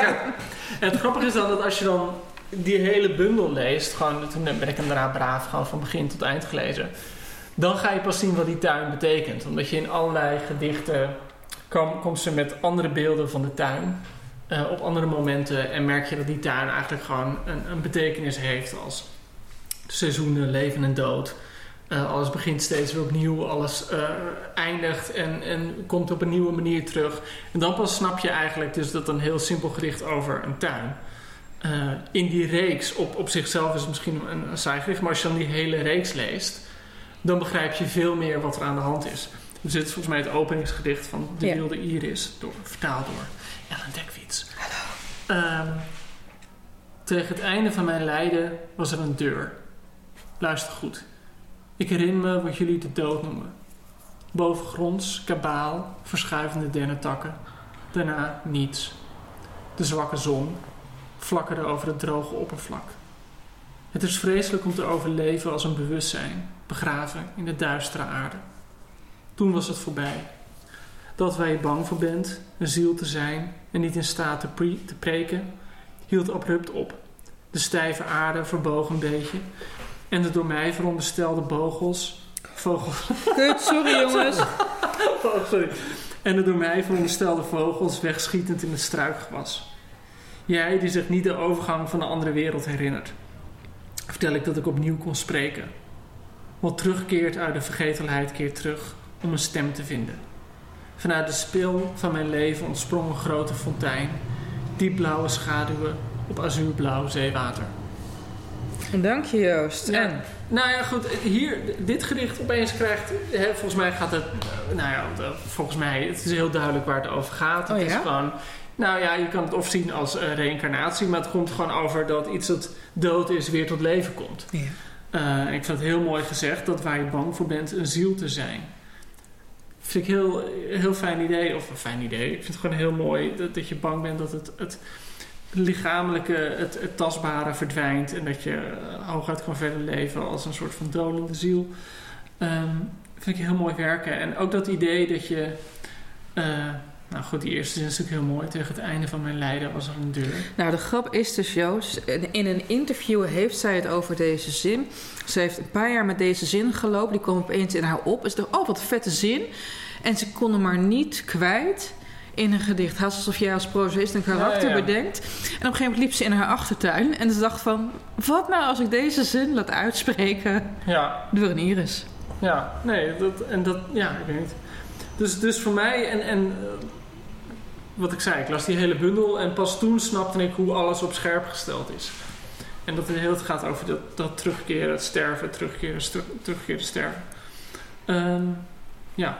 En het grappige is dan dat als je dan die hele bundel leest, gewoon, toen ben ik hem daarna braaf gewoon van begin tot eind gelezen, dan ga je pas zien wat die tuin betekent. Omdat je in allerlei gedichten kom, komt ze met andere beelden van de tuin. Uh, op andere momenten en merk je dat die tuin eigenlijk gewoon een, een betekenis heeft als seizoenen, leven en dood. Uh, alles begint steeds weer opnieuw, alles uh, eindigt en, en komt op een nieuwe manier terug. En dan pas snap je eigenlijk dus dat een heel simpel gedicht over een tuin. Uh, in die reeks, op, op zichzelf is het misschien een, een saai gedicht, maar als je dan die hele reeks leest, dan begrijp je veel meer wat er aan de hand is. Dus dit is volgens mij het openingsgedicht van De ja. Wilde Iris, door, vertaald door Ellen Dekwits. Hallo. Um, tegen het einde van mijn lijden was er een deur. Luister goed. Ik herinner me wat jullie de dood noemen. Bovengronds, kabaal, verschuivende dennentakken. Daarna niets. De zwakke zon flakkerde over het droge oppervlak. Het is vreselijk om te overleven als een bewustzijn, begraven in de duistere aarde. Toen was het voorbij. Dat waar je bang voor bent, een ziel te zijn en niet in staat te, pre- te preken, hield abrupt op. De stijve aarde verboog een beetje en de door mij veronderstelde vogels... Vogels... Kut, sorry jongens. oh, sorry. En de door mij veronderstelde vogels wegschietend in het struikgewas. Jij die zich niet de overgang van de andere wereld herinnert. Vertel ik dat ik opnieuw kon spreken. Wat terugkeert uit de vergetelheid keert terug om een stem te vinden. Vanuit de spil van mijn leven ontsprong een grote fontein. Diepblauwe schaduwen, op azuurblauw zeewater. Dank je, Joost. Ja. En? Nou ja, goed. Hier, dit gedicht opeens krijgt... Hè, volgens mij gaat het... Nou ja, volgens mij... Het is heel duidelijk waar het over gaat. Het oh, is ja? gewoon... Nou ja, je kan het of zien als uh, reïncarnatie... maar het komt gewoon over dat iets dat dood is weer tot leven komt. Ja. Uh, ik vind het heel mooi gezegd... dat waar je bang voor bent een ziel te zijn. Vind ik heel, heel fijn idee. Of een fijn idee. Ik vind het gewoon heel mooi dat, dat je bang bent dat het... het lichamelijke, het, het tastbare verdwijnt en dat je uh, hooguit kan verder leven als een soort van dolende ziel. Um, vind ik heel mooi werken. En ook dat idee dat je... Uh, nou goed, die eerste zin is natuurlijk heel mooi. Tegen het einde van mijn lijden was er een deur. Nou, de grap is dus, Joost, in een interview heeft zij het over deze zin. Ze heeft een paar jaar met deze zin gelopen. Die kwam opeens in haar op. Ze dacht, oh, wat een vette zin. En ze kon hem maar niet kwijt... in een gedicht. Haast alsof jij als prozaïst een karakter ja, ja. bedenkt. En op een gegeven moment liep ze in haar achtertuin. En ze dacht van... wat nou als ik deze zin laat uitspreken... Ja. door een iris? Ja, nee. Dat, en dat... Ja, ik weet niet. Dus, dus voor mij... En, en uh, wat ik zei, ik las die hele bundel... en pas toen snapte ik hoe alles op scherp gesteld is. En dat het heel het gaat over dat, dat terugkeren, het sterven... terugkeren, stu- terugkeren, sterven. Um, ja...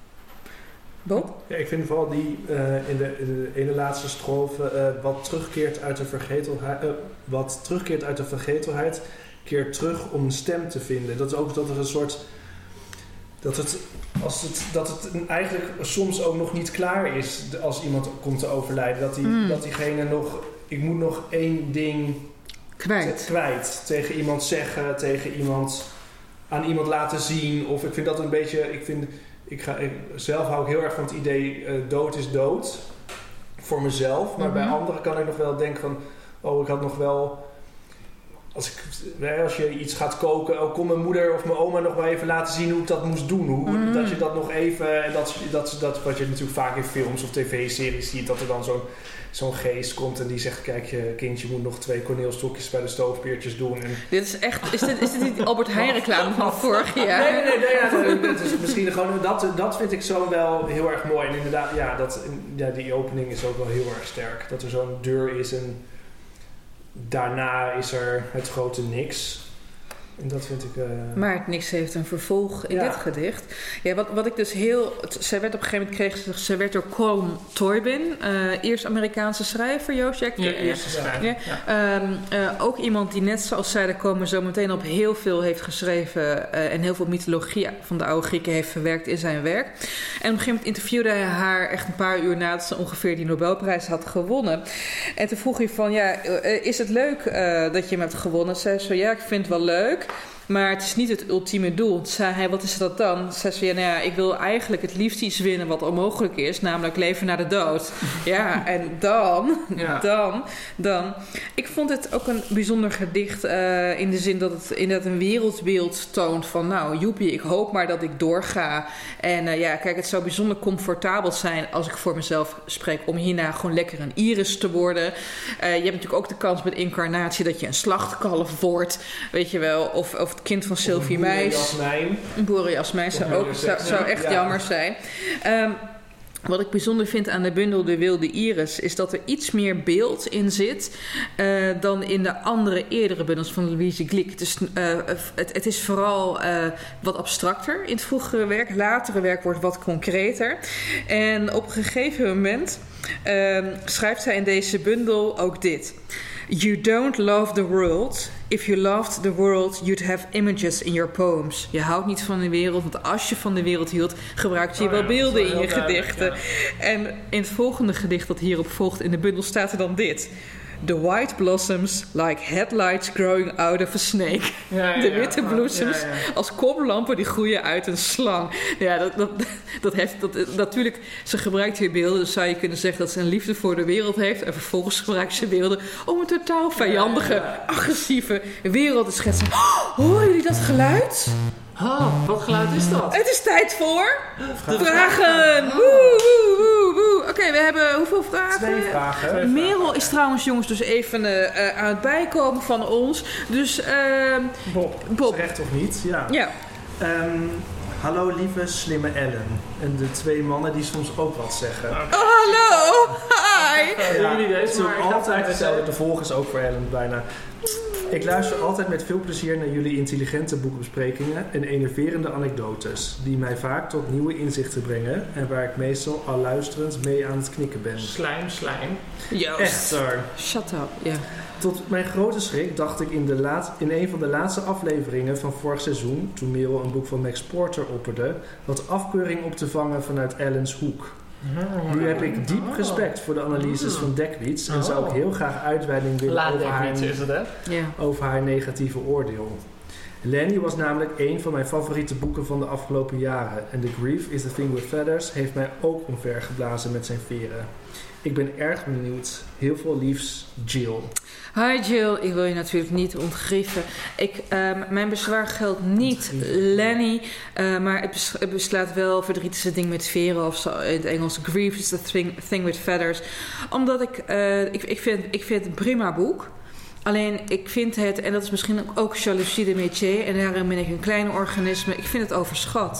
Bob? Ja, ik vind vooral die uh, in, de, in de ene laatste strofe uh, wat terugkeert uit de vergetelheid, uh, wat terugkeert uit de vergetelheid, keert terug om een stem te vinden. Dat is ook dat er een soort dat het als het dat het eigenlijk soms ook nog niet klaar is als iemand komt te overlijden, dat die mm. dat diegene nog ik moet nog één ding kwijt. Te, kwijt tegen iemand zeggen, tegen iemand aan iemand laten zien of ik vind dat een beetje ik vind Ik ga, ik, zelf hou ik heel erg van het idee uh, dood is dood. Voor mezelf. Maar mm-hmm. bij anderen kan ik nog wel denken van... Oh, ik had nog wel... Als, ik, als je iets gaat koken... Oh, kon mijn moeder of mijn oma nog wel even laten zien hoe ik dat moest doen. Hoe, mm-hmm. Dat je dat nog even... En dat, dat, dat wat je natuurlijk vaak in films of tv-series ziet... Dat er dan zo'n, zo'n geest komt en die zegt... Kijk, je kindje moet nog twee korneelstokjes bij de stoofpeertjes doen. En dit is echt... Is dit, is dit niet Albert Heijn reclame van vorig jaar? Nee, nee, nee. nee, nee het is misschien gewoon... Dat, dat vind ik zo wel heel erg mooi. En inderdaad, ja, dat, ja, die opening is ook wel heel erg sterk. Dat er zo'n deur is en... Daarna is er het grote niks. En dat vind ik... Uh... Maar het niks heeft een vervolg in ja. dit gedicht. Ja, wat, wat ik dus heel... Het, zij werd op een gegeven moment... Kreeg, zij werd door Colm Toibin... Uh, eerst Amerikaanse schrijver, Joost. Ja, ja, eerste schrijver. Ja. Ja. Um, uh, ook iemand die net zoals zij... Daar komen zo meteen op heel veel heeft geschreven... Uh, en heel veel mythologie van de oude Grieken heeft verwerkt in zijn werk. En op een gegeven moment interviewde hij haar... echt een paar uur nadat ze ongeveer die Nobelprijs had gewonnen. En toen vroeg hij van... Ja, uh, is het leuk uh, dat je hem hebt gewonnen? Zij zei zo, ja, ik vind het wel leuk... Maar het is niet het ultieme doel. Toen zei hij, wat is dat dan? Zei ze, ja, nou ja, ik wil eigenlijk het liefst iets winnen wat onmogelijk is. Namelijk leven na de dood. Ja, en dan, ja. dan, dan. Ik vond het ook een bijzonder gedicht. Uh, in de zin dat het inderdaad een wereldbeeld toont van... Nou, joepie, ik hoop maar dat ik doorga. En uh, ja, kijk, het zou bijzonder comfortabel zijn... als ik voor mezelf spreek om hierna gewoon lekker een iris te worden. Uh, je hebt natuurlijk ook de kans met incarnatie... dat je een slachtkalf wordt, weet je wel. Of... of het kind van Sylvie Meis. Een boerenjasmijn zou ook zou, zou echt ja. jammer zijn. Um, wat ik bijzonder vind aan de bundel De Wilde Iris... is dat er iets meer beeld in zit... Uh, dan in de andere eerdere bundels van Louise Glück. Het is, uh, het, het is vooral uh, wat abstracter in het vroegere werk. Latere werk wordt wat concreter. En op een gegeven moment... Uh, schrijft zij in deze bundel ook dit... You don't love the world. If you loved the world, you'd have images in your poems. Je houdt niet van de wereld, want als je van de wereld hield... gebruikte je oh, wel ja, beelden in je gedichten. Ja. En in het volgende gedicht dat hierop volgt in de bundel staat er dan dit... The white blossoms like headlights growing out of a snake. Ja, ja, de witte ja, bloesems ja, ja. als koplampen die groeien uit een slang. Ja, dat, dat, dat heeft... Dat, natuurlijk, ze gebruikt hier beelden. Dus zou je kunnen zeggen dat ze een liefde voor de wereld heeft. En vervolgens gebruikt ze beelden om een totaal vijandige, ja, ja, ja. agressieve wereld te schetsen. Oh, horen jullie dat geluid? Oh, wat geluid is dat? Het is tijd voor de vragen. Oh. Woe, woe, woe, woe. Oké, okay, we hebben hoeveel vragen? Twee vragen. Merel is trouwens, jongens, dus even uh, aan het bijkomen van ons. Dus, uh, Bob. Bob. Recht of niet? Ja. ja. Um, hallo lieve, slimme Ellen. En de twee mannen die soms ook wat zeggen. Okay. Oh, hallo! Bye! Ja, jullie deze, Zo maar ik ga altijd het hetzelfde. De volgers ook voor Ellen bijna. Ik luister altijd met veel plezier naar jullie intelligente boekenbesprekingen en enerverende anekdotes, die mij vaak tot nieuwe inzichten brengen en waar ik meestal al luisterend mee aan het knikken ben. Slijm, slijm. Joost. Echter. Shut up, ja. Tot mijn grote schrik dacht ik in, de laat, in een van de laatste afleveringen van vorig seizoen, toen Merel een boek van Max Porter opperde, wat afkeuring op te vangen vanuit Ellen's hoek. Nu heb ik diep respect voor de analyses van Dekwits en zou ik heel graag uitweiding willen Laat over haar, Dekwits is het, hè? Ja. over haar negatieve oordeel. Lenny was namelijk een van mijn favoriete boeken van de afgelopen jaren en The Grief is the Thing with Feathers heeft mij ook omvergeblazen met zijn veren. Ik ben erg benieuwd. Heel veel liefs, Jill. Hi Jill, ik wil je natuurlijk niet ontgrieven. Ik, um, mijn bezwaar geldt niet Lenny, uh, maar het, bes- het beslaat wel verdriet is het ding met veren of zo in het Engels. Grief is the thing, thing with feathers. Omdat ik, uh, ik, ik, vind, ik vind het een prima boek. Alleen ik vind het, en dat is misschien ook, ook jaloezie de métier, en daarin ben ik een klein organisme, ik vind het overschat.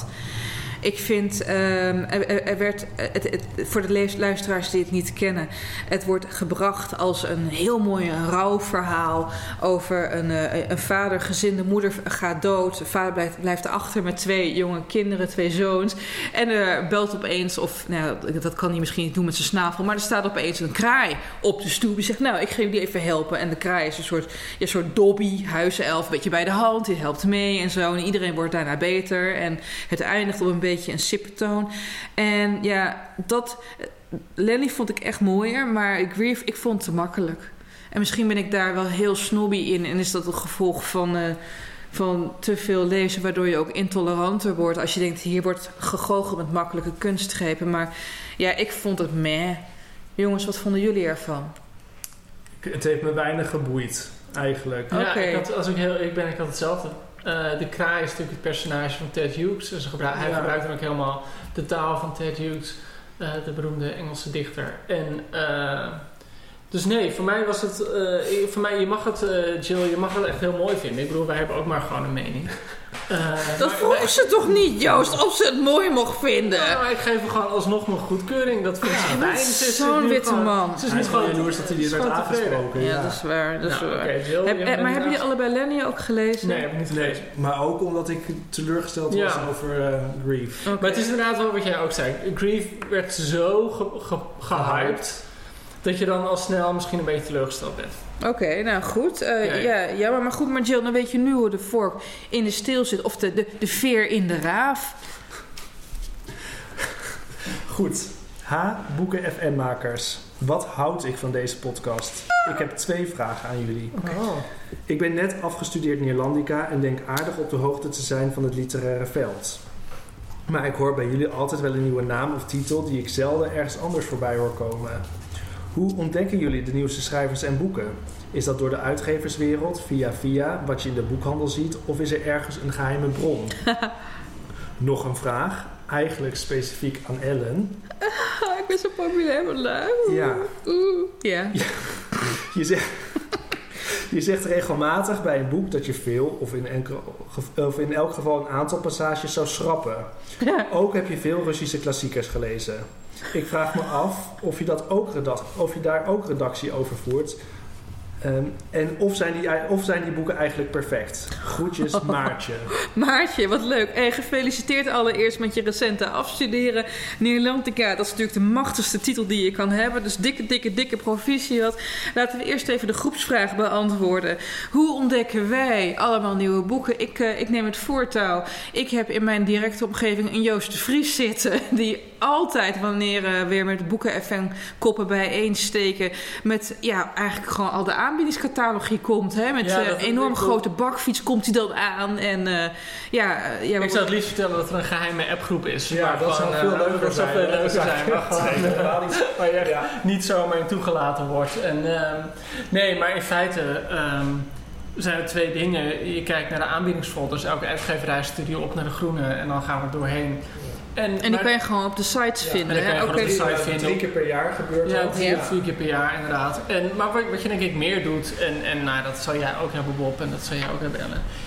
Ik vind, um, er, er werd, het, het, voor de lees- luisteraars die het niet kennen, het wordt gebracht als een heel mooi rouwverhaal over een, uh, een vader, gezin, de moeder gaat dood, de vader blijft, blijft achter met twee jonge kinderen, twee zoons. En er belt opeens, of nou, dat, dat kan hij misschien niet doen met zijn snavel, maar er staat opeens een kraai op de stoep die zegt, nou, ik ga jullie even helpen. En de kraai is een soort, ja, een soort Dobby, huiself, een beetje bij de hand, die helpt mee en zo. En iedereen wordt daarna beter en het eindigt op een beetje een sippentoon. En ja, dat... Lenny vond ik echt mooier, maar Grief, ik vond het te makkelijk. En misschien ben ik daar wel heel snobby in en is dat het gevolg van, uh, van te veel lezen, waardoor je ook intoleranter wordt als je denkt, hier wordt gegoocheld met makkelijke kunstgrepen. Maar ja, ik vond het meh. Jongens, wat vonden jullie ervan? Het heeft me weinig geboeid, eigenlijk. Ja, Oké. ik, had, als ik heel eerlijk ben, ik had hetzelfde. Uh, de kraai is natuurlijk het personage van Ted Hughes. Dus gebruik, hij Ja. gebruikt dan ook helemaal de taal van Ted Hughes, uh, de beroemde Engelse dichter. En uh, dus nee, voor mij was het, uh, voor mij, je mag het, uh, Jill, je mag het echt heel mooi vinden. Ik bedoel, wij hebben ook maar gewoon een mening. Uh, Dat maar- vroeg maar- ze toch niet, Joost, of ze het mooi mocht vinden? Ja, maar ik geef hem gewoon alsnog mijn goedkeuring. Dat vind ik Ja, fijn. dat Ze is is zo'n nu witte gewoon- man. Ze is Hij niet is gewoon gewoon jaloers dat hij ze niet is werd gewoon tevreden. aangesproken. Ja, dat is waar. Dat is Nou, waar. oké, Jill, Heb- je eh, maar bent hebben jullie allebei Lenny ook gelezen? Nee, heb ik niet Nee, gelezen. maar ook omdat ik teleurgesteld Ja. was over uh, Grief. Oké. Maar het is inderdaad wel wat jij ook zei. Grief werd zo ge- ge- gehyped dat je dan al snel misschien een beetje teleurgesteld bent. Oké, nou goed. Uh, Oké. ja, ja, maar, maar goed, maar Jill, dan weet je nu hoe de vork in de steel zit. Of de, de, de veer in de raaf. Goed. H. Boeken F M-makers. Wat houd ik van deze podcast? Ik heb twee vragen aan jullie. Oh. Ik ben net afgestudeerd Neerlandica en denk aardig op de hoogte te zijn van het literaire veld. Maar ik hoor bij jullie altijd wel een nieuwe naam of titel die ik zelden ergens anders voorbij hoor komen. Hoe ontdekken jullie de nieuwste schrijvers en boeken? Is dat door de uitgeverswereld, via via, wat je in de boekhandel ziet, of is er ergens een geheime bron? Nog een vraag, eigenlijk specifiek aan Ellen. Ah, ik ben zo populair vandaag. Ja. Oeh. Ja. Je zegt, je zegt regelmatig bij een boek dat je veel, of in, enkel, of in elk geval een aantal passages zou schrappen. Ja. Ook heb je veel Russische klassiekers gelezen. Ik vraag me af of je, dat ook redac- of je daar ook redactie over voert. Um, en of zijn, die, of zijn die boeken eigenlijk perfect? Groetjes, Maartje. Maartje, wat leuk. En gefeliciteerd allereerst met je recente afstuderen. Neerlandica, dat is natuurlijk de machtigste titel die je kan hebben. Dus dikke, dikke, dikke proficiat. Laten we eerst even de groepsvraag beantwoorden. Hoe ontdekken wij allemaal nieuwe boeken? Ik, uh, ik neem het voortouw. Ik heb in mijn directe omgeving een Joost de Vries zitten. Die altijd, wanneer uh, weer met boeken F M koppen bijeensteken, met ja, eigenlijk gewoon al de aanbiedingscatalogie komt. Hè? Met Ja, een dat- uh, enorm ik- grote bakfiets komt hij dan aan. En uh, ja, uh, ja, Ik zou het liefst vertellen dat er een geheime appgroep is. Ja, maar dat gewoon, zou veel uh, leuker dat zou zijn, veel hè? leuker Dat zijn. zou Maar gewoon, echt helemaal niet- waar je echt Ja. niet zomaar in toegelaten wordt. En, uh, nee, maar in feite um, zijn er twee dingen. Je kijkt naar de aanbiedingsfolders. Elke uitgeverij stuurt je op naar de groene en dan gaan we er doorheen. En, en die maar- kan je gewoon op de sites Ja, vinden. en dan kan je Hè? gewoon Oké, op de site Ja, vinden. drie keer per jaar gebeurt Ja, dat. drie Ja. of vier keer per jaar inderdaad. En, maar wat, wat je denk ik meer doet, en, en nou, dat zal jij ook hebben Bob en dat zal jij ook hebben Ellen,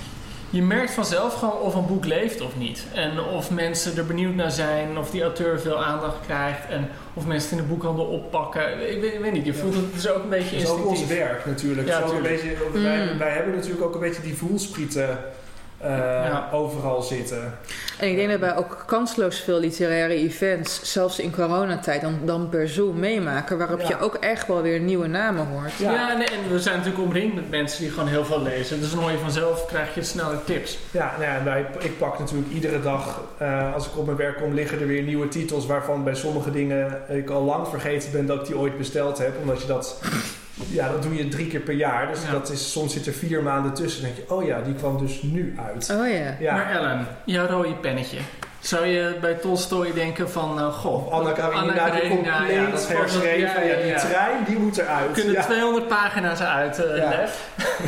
je merkt vanzelf gewoon of een boek leeft of niet. En of mensen er benieuwd naar zijn, of die auteur veel aandacht krijgt en of mensen het in de boekhandel oppakken. Ik weet, ik weet niet, je voelt het dus ook een beetje instinctief. Het is ook ons werk natuurlijk. Ja, een beetje, mm. wij, wij hebben natuurlijk ook een beetje die voelsprieten uh, ja. overal zitten. En ik denk dat wij ook kansloos veel literaire events, zelfs in coronatijd, dan, dan per Zoom meemaken, waarop ja. je ook echt wel weer nieuwe namen hoort. Ja, ja nee, en we zijn natuurlijk omringd met mensen die gewoon heel veel lezen. Dus dan hoor je vanzelf, krijg je sneller tips. Ja, nou ja, wij, ik pak natuurlijk iedere dag, uh, als ik op mijn werk kom, liggen er weer nieuwe titels waarvan bij sommige dingen ik al lang vergeten ben dat ik die ooit besteld heb. Omdat je dat... Ja, dat doe je drie keer per jaar. Dus ja. dat is, soms zit er vier maanden tussen. Dan denk je, oh ja, die kwam dus nu uit. Oh ja. ja. Maar Ellen, jouw rode pennetje. Zou je bij Tolstoy denken van, uh, goh... Of Anna Karenina, die compleet ja, herschreven. Ja, ja, ja, ja. Die trein, die moet eruit. Kunnen ja. tweehonderd pagina's uit, uh, ja. Lef?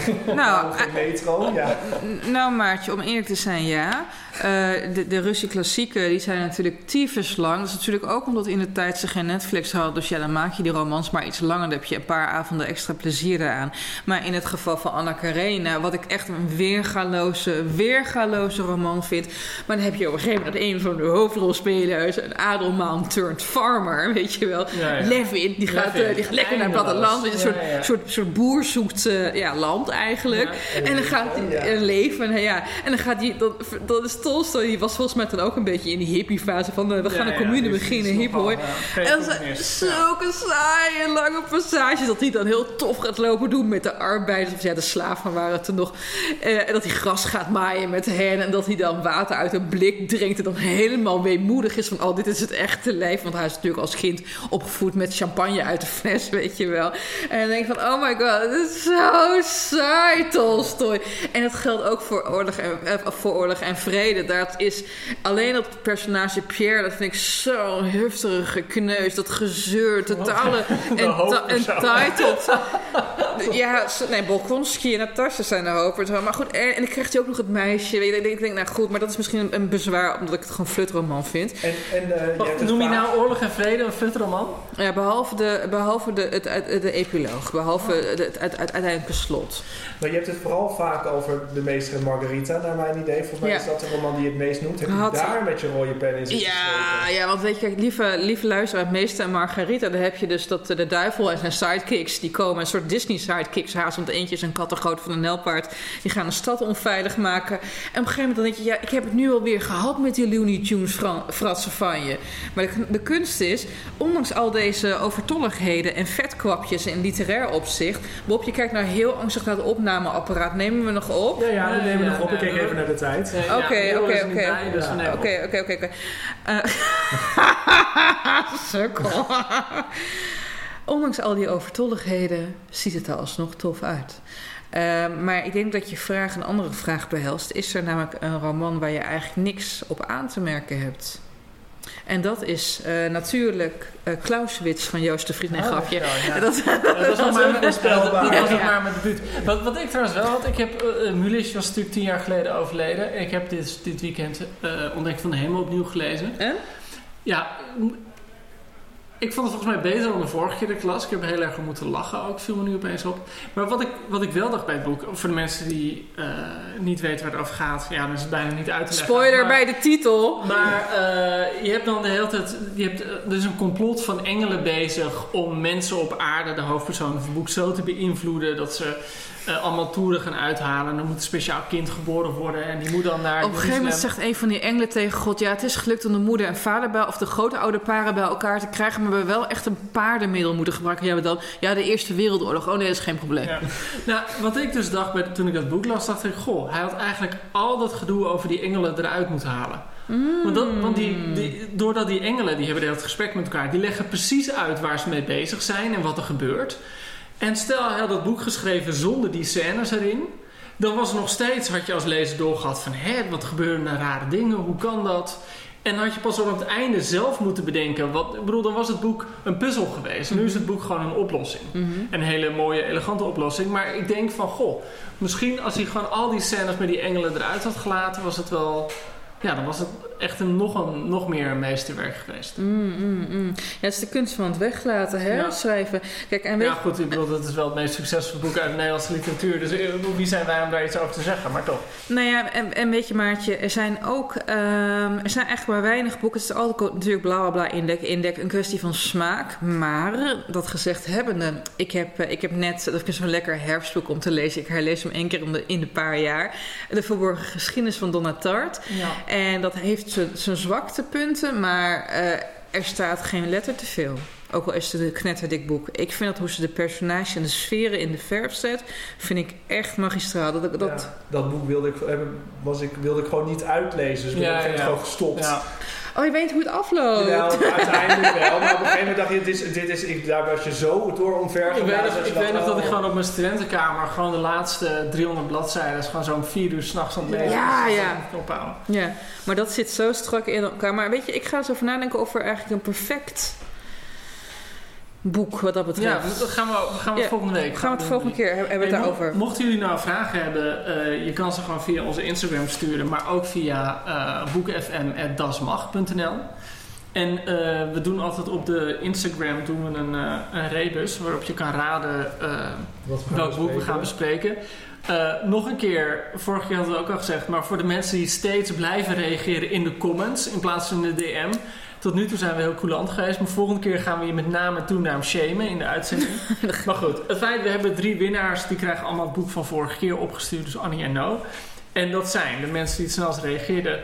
Nou, uh, metro, ja. Nou Maartje, om eerlijk te zijn, ja. Uh, de, de Russische klassieken, die zijn natuurlijk tyfus lang. Dat is natuurlijk ook omdat in de tijd ze geen Netflix hadden. Dus ja, dan maak je die romans maar iets langer. Dan heb je een paar avonden extra plezier eraan. Maar in het geval van Anna Karenina, wat ik echt een weergaloze, weergaloze roman vind. Maar dan heb je op een gegeven moment een van de hoofdrolspelers, een adelman turned farmer, weet je wel. Ja, ja. Levin, die gaat, uh, die gaat lekker naar het platteland. Een soort, ja, ja. soort, soort boer zoekt uh, ja, land eigenlijk. Ja, en, en dan gaat hij ja. leven. Ja. En dan gaat hij, dat, dat is Tolstoy, die was volgens mij dan ook een beetje in die hippie-fase van uh, we gaan ja, een commune ja, beginnen, hip hoor. Ja, en dat zijn zulke ja. saaie lange passages dat hij dan heel tof gaat lopen doen met de arbeiders, of ja, de slaven waren het er nog. Uh, en dat hij gras gaat maaien met hen en dat hij dan water uit een blik drinkt en dan helemaal weemoedig is van oh, dit is het echte leven. Want hij is natuurlijk als kind opgevoed met champagne uit de fles, weet je wel. En dan denk ik van oh my god, dit is zo saai, Tolstoy. En dat geldt ook voor oorlog en, uh, voor oorlog en vrede. Dat is alleen dat personage Pierre, dat vind ik zo'n hufterige kneus. Dat gezeur, totale entitled. Ja, nee, Bolkonski en Natasja zijn de hoofdpersonen. Maar goed, en, en dan krijgt hij ook nog het meisje. Ik denk, ik denk, nou goed, maar dat is misschien een, een bezwaar omdat ik het gewoon flutroman vind. En, en, uh, Wat, noem je nou Oorlog en Vrede een flutroman? Ja, behalve de, behalve de, het, het, de epiloog. Behalve het, het, het, het uiteindelijke slot. Maar je hebt het vooral vaak over de meester en Margarita, naar mijn idee. Volgens mij ja. is dat de roman die je het meest noemt. Heb je Had... daar met je rode pen in zitten Ja, ja, want weet je, kijk, lieve, lieve luisteraar, Meester en Margarita, daar heb je dus dat de duivel en zijn sidekicks, die komen, een soort Disney sidekicks haast, want eentje is een kattengoot van een nijlpaard, die gaan een stad onveilig maken. En op een gegeven moment dan denk je, ja, ik heb het nu alweer gehad met die Looney Tunes fran- fratsen van je. Maar de, de kunst is, ondanks al deze overtolligheden en vetkwapjes in literair opzicht, Bob, je kijkt nou heel angstig naar het opnameapparaat. Nemen we nog op? Ja, ja, we nemen ja, nog op. Ik kijk even naar de tijd. Oké, oké, oké. Oké, oké, oké. Sukkel. Ondanks al die overtolligheden ziet het er alsnog tof uit. Uh, maar ik denk dat je vraag een andere vraag behelst. Is er namelijk een roman waar je eigenlijk niks op aan te merken hebt? En dat is uh, natuurlijk uh, Clausewitz van Joost de Vries. Nee, grapje. Oh, ja. dat, ja, dat was nog maar mijn spel. Dat was nog maar mijn debuut. Wat, wat ik trouwens wel had, ik heb uh, Mulisch was natuurlijk tien jaar geleden overleden. Ik heb dit, dit weekend uh, Ontdekking van de Hemel opnieuw gelezen. En? Ja, ik vond het volgens mij beter dan de vorige keer de klas. Ik heb heel erg moeten lachen ook. Viel me nu opeens op. Maar wat ik, wat ik wel dacht bij het boek, voor de mensen die uh, niet weten waar het over gaat, ja, dan is het bijna niet uit te leggen. Spoiler maar, bij de titel. Maar uh, je hebt dan de hele tijd, je hebt, er is een complot van engelen bezig om mensen op aarde, de hoofdpersonen van het boek, zo te beïnvloeden dat ze Uh, allemaal toeren gaan uithalen. Er moet een speciaal kind geboren worden en die moet dan naar... Op een gegeven moment zegt een van die engelen tegen God, ja, het is gelukt om de moeder en vader bij, of de grote oude paren bij elkaar te krijgen, maar we hebben wel echt een paardenmiddel moeten gebruiken. Ja, dan, ja, de Eerste Wereldoorlog. Oh nee, dat is geen probleem. Ja. Nou, wat ik dus dacht bij, toen ik dat boek las, dacht ik, goh, hij had eigenlijk al dat gedoe over die engelen eruit moeten halen. Mm. Want, dat, want die, die, doordat die engelen, die hebben het gesprek met elkaar, die leggen precies uit waar ze mee bezig zijn en wat er gebeurt. En stel, hij had dat boek geschreven zonder die scènes erin, dan was er nog steeds, had je als lezer doorgehad van, hé, wat gebeuren er rare dingen, hoe kan dat? En dan had je pas op het einde zelf moeten bedenken, wat, ik bedoel, dan was het boek een puzzel geweest. Mm-hmm. Nu is het boek gewoon een oplossing. Mm-hmm. Een hele mooie, elegante oplossing. Maar ik denk van, goh, misschien als hij gewoon al die scènes met die engelen eruit had gelaten, was het wel ja, dan was het echt een, nog, een, nog meer een meesterwerk geweest. Mm, mm, mm. Ja, het is de kunst van het weglaten, hè? Ja. Schrijven. Kijk, en weet... Ja, goed, ik bedoel, dat is wel het meest succesvolle boek uit de Nederlandse literatuur. Dus wie zijn wij om daar iets over te zeggen? Maar toch. Nou ja, en, en weet je Maartje, er zijn ook... Um, er zijn echt maar weinig boeken. Het is altijd natuurlijk bla bla bla indek, indek. Een kwestie van smaak. Maar, dat gezegd hebbende... Ik heb, ik heb net... Dat is zo'n lekker herfstboek om te lezen. Ik herlees hem één keer om de, in de paar jaar. De verborgen geschiedenis van Donna Tartt. Ja. En dat heeft zijn zwaktepunten, maar uh, er staat geen letter te veel. Ook al is het een knetterdik boek. Ik vind dat hoe ze de personages en de sferen in de verf zet, vind ik echt magistraal. Dat, dat... Ja, dat boek wilde ik, was ik, wilde ik gewoon niet uitlezen. Dus ik ja, heb het ja. gewoon gestopt. Ja. Oh, je weet hoe het afloopt. Ja, uiteindelijk wel. Maar op een gegeven moment dacht je, dit is, dit is, ik, daar was je zo door omver. Ik weet nog, ik weet nog dat ik gewoon op mijn studentenkamer gewoon de laatste driehonderd bladzijden, gewoon zo'n vier uur s'nachts aan het lezen. Ja, ja. Ophouden. Ja, maar dat zit zo strak in elkaar. Maar weet je, ik ga eens over nadenken of er eigenlijk een perfect boek wat dat betreft. Ja, dat gaan we, gaan we ja, volgende week. Gaan we het de volgende keer hebben we het daarover. Mochten jullie nou vragen hebben, uh, je kan ze gewoon via onze Instagram sturen, maar ook via uh, boekenfm at dasmag punt n l. En uh, we doen altijd op de Instagram doen we een, uh, een rebus waarop je kan raden uh, welk boek we gaan bespreken. Uh, nog een keer, vorige keer hadden we ook al gezegd, maar voor de mensen die steeds blijven reageren in de comments in plaats van in de D M. Tot nu toe zijn we heel coulant geweest, maar volgende keer gaan we je met naam en toenaam shamen in de uitzending. Maar goed, het feit, we hebben drie winnaars, die krijgen allemaal het boek van vorige keer opgestuurd, dus Annie en No. En dat zijn de mensen die het snelst reageerden: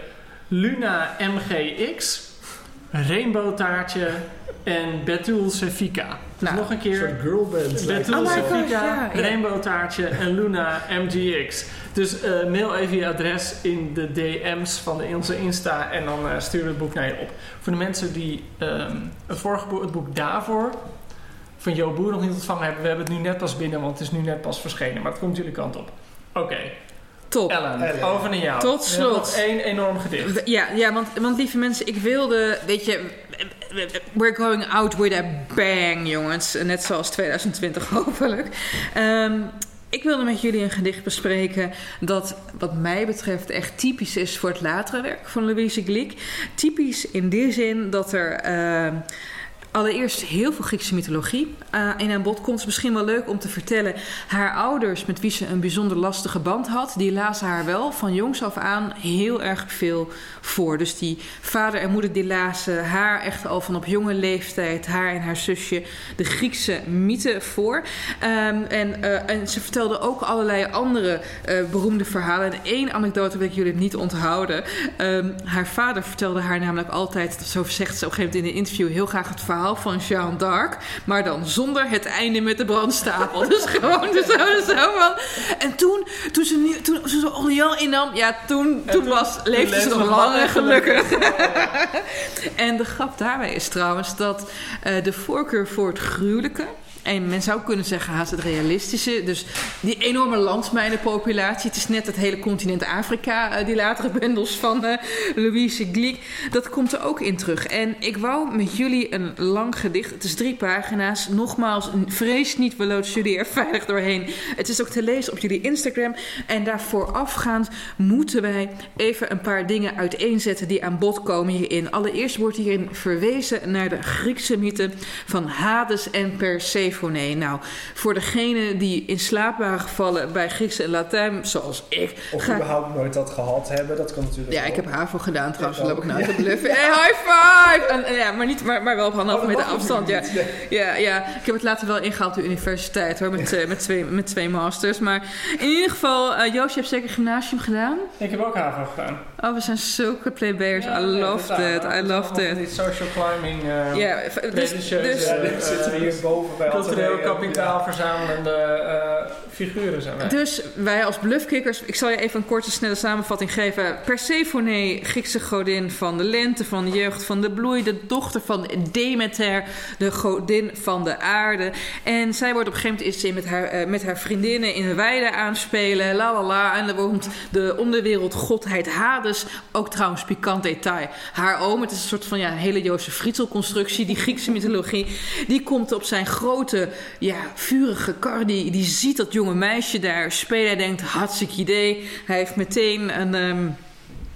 Luna M G X, Rainbow Taartje en Betul Sevika. Dus nou, nog een keer. Een soort girlband. Betul oh Sevika, ja, ja. Rainbow Taartje en Luna M G X. Dus uh, mail even je adres in de D M's van de, onze Insta en dan uh, sturen we het boek naar je op. Voor de mensen die um, het vorige boek, het boek daarvoor van Jo Boer nog niet ontvangen hebben, we hebben het nu net pas binnen, want het is nu net pas verschenen. Maar het komt jullie kant op. Oké. Okay. Top. Ellen, Ellen, over naar jou. Tot slot. Nog één enorm gedicht. Ja, ja want, want lieve mensen, ik wilde, weet je, we're going out with a bang, jongens. Net zoals twintig twintig, hopelijk. Um, ik wilde met jullie een gedicht bespreken dat wat mij betreft echt typisch is voor het latere werk van Louise Glück. Typisch in die zin dat er Uh, allereerst heel veel Griekse mythologie uh, in aan bod komt. Het is misschien wel leuk om te vertellen. Haar ouders, met wie ze een bijzonder lastige band had, die lazen haar wel van jongs af aan heel erg veel voor. Dus die vader en moeder die lazen haar echt al van op jonge leeftijd, haar en haar zusje, de Griekse mythen voor. Um, en, uh, en ze vertelde ook allerlei andere uh, beroemde verhalen. En één anekdote wil ik jullie niet onthouden. Um, haar vader vertelde haar namelijk altijd, zo zegt ze op een gegeven moment in een interview, heel graag het verhaal van Jeanne d'Arc, maar dan zonder het einde met de brandstapel. Dus gewoon dus zo, zo van. En toen, toen ze, nu, toen ze zo Orléans innam, ja, toen, toen, toen was, leefde ze nog lang en gelukkig. En de grap daarbij is trouwens dat uh, de voorkeur voor het gruwelijke, en men zou kunnen zeggen haast het realistische, dus die enorme landmijnenpopulatie, het is net het hele continent Afrika, uh, die latere bundels van uh, Louise Glück, dat komt er ook in terug. En ik wou met jullie een lang gedicht, het is drie pagina's, nogmaals, vrees niet, we loodsen jullie er veilig doorheen. Het is ook te lezen op jullie Instagram en daarvoor afgaand moeten wij even een paar dingen uiteenzetten die aan bod komen hierin. Allereerst wordt hierin verwezen naar de Griekse mythe van Hades en Persephone. Nou, voor degenen die in slaap waren gevallen bij Grieks en Latijn, zoals ik. Of ga... überhaupt nooit dat gehad hebben, dat kan natuurlijk Ja, wel. ik heb HAVO gedaan trouwens, Ik dat loop ik nou ook. te bluffen. Hey, high five! En, ja, maar, niet, maar, maar wel op anderhalve Oh, dat meter mag afstand. Ja. niet. Nee. Ja, ja, ik heb het later wel ingehaald op de universiteit hoor, met, uh, met, twee, met twee masters. Maar in ieder geval, uh, Joost, je hebt zeker gymnasium gedaan? Ik heb ook HAVO gedaan. Oh, we zijn zulke playbayers. Ja, I nee, loved dat is it. waar. I loved it. Die social climbing, uh, Ja, dus, dus, pretentieuze, Ja, dit zitten we hier boven bij cultureel Atelier. kapitaal verzamelende uh, figuren zijn wij. Dus wij als bluffkikkers, ik zal je even een korte snelle samenvatting geven. Persephone, Griekse godin van de lente, van de jeugd, van de bloei, de dochter van Demeter, de godin van de aarde. En zij wordt op een gegeven moment is ze met haar, uh, met haar vriendinnen in de weide aanspelen, la la la. En dan woont de onderwereldgodheid Hades, ook trouwens pikant detail. Haar oom, het is een soort van ja, hele Joodse frietselconstructie, die Griekse mythologie, die komt op zijn grote, ja, vurige kar, die, die ziet dat jonge meisje daar spelen. Hij denkt, hartstikke idee. Hij heeft meteen een, um,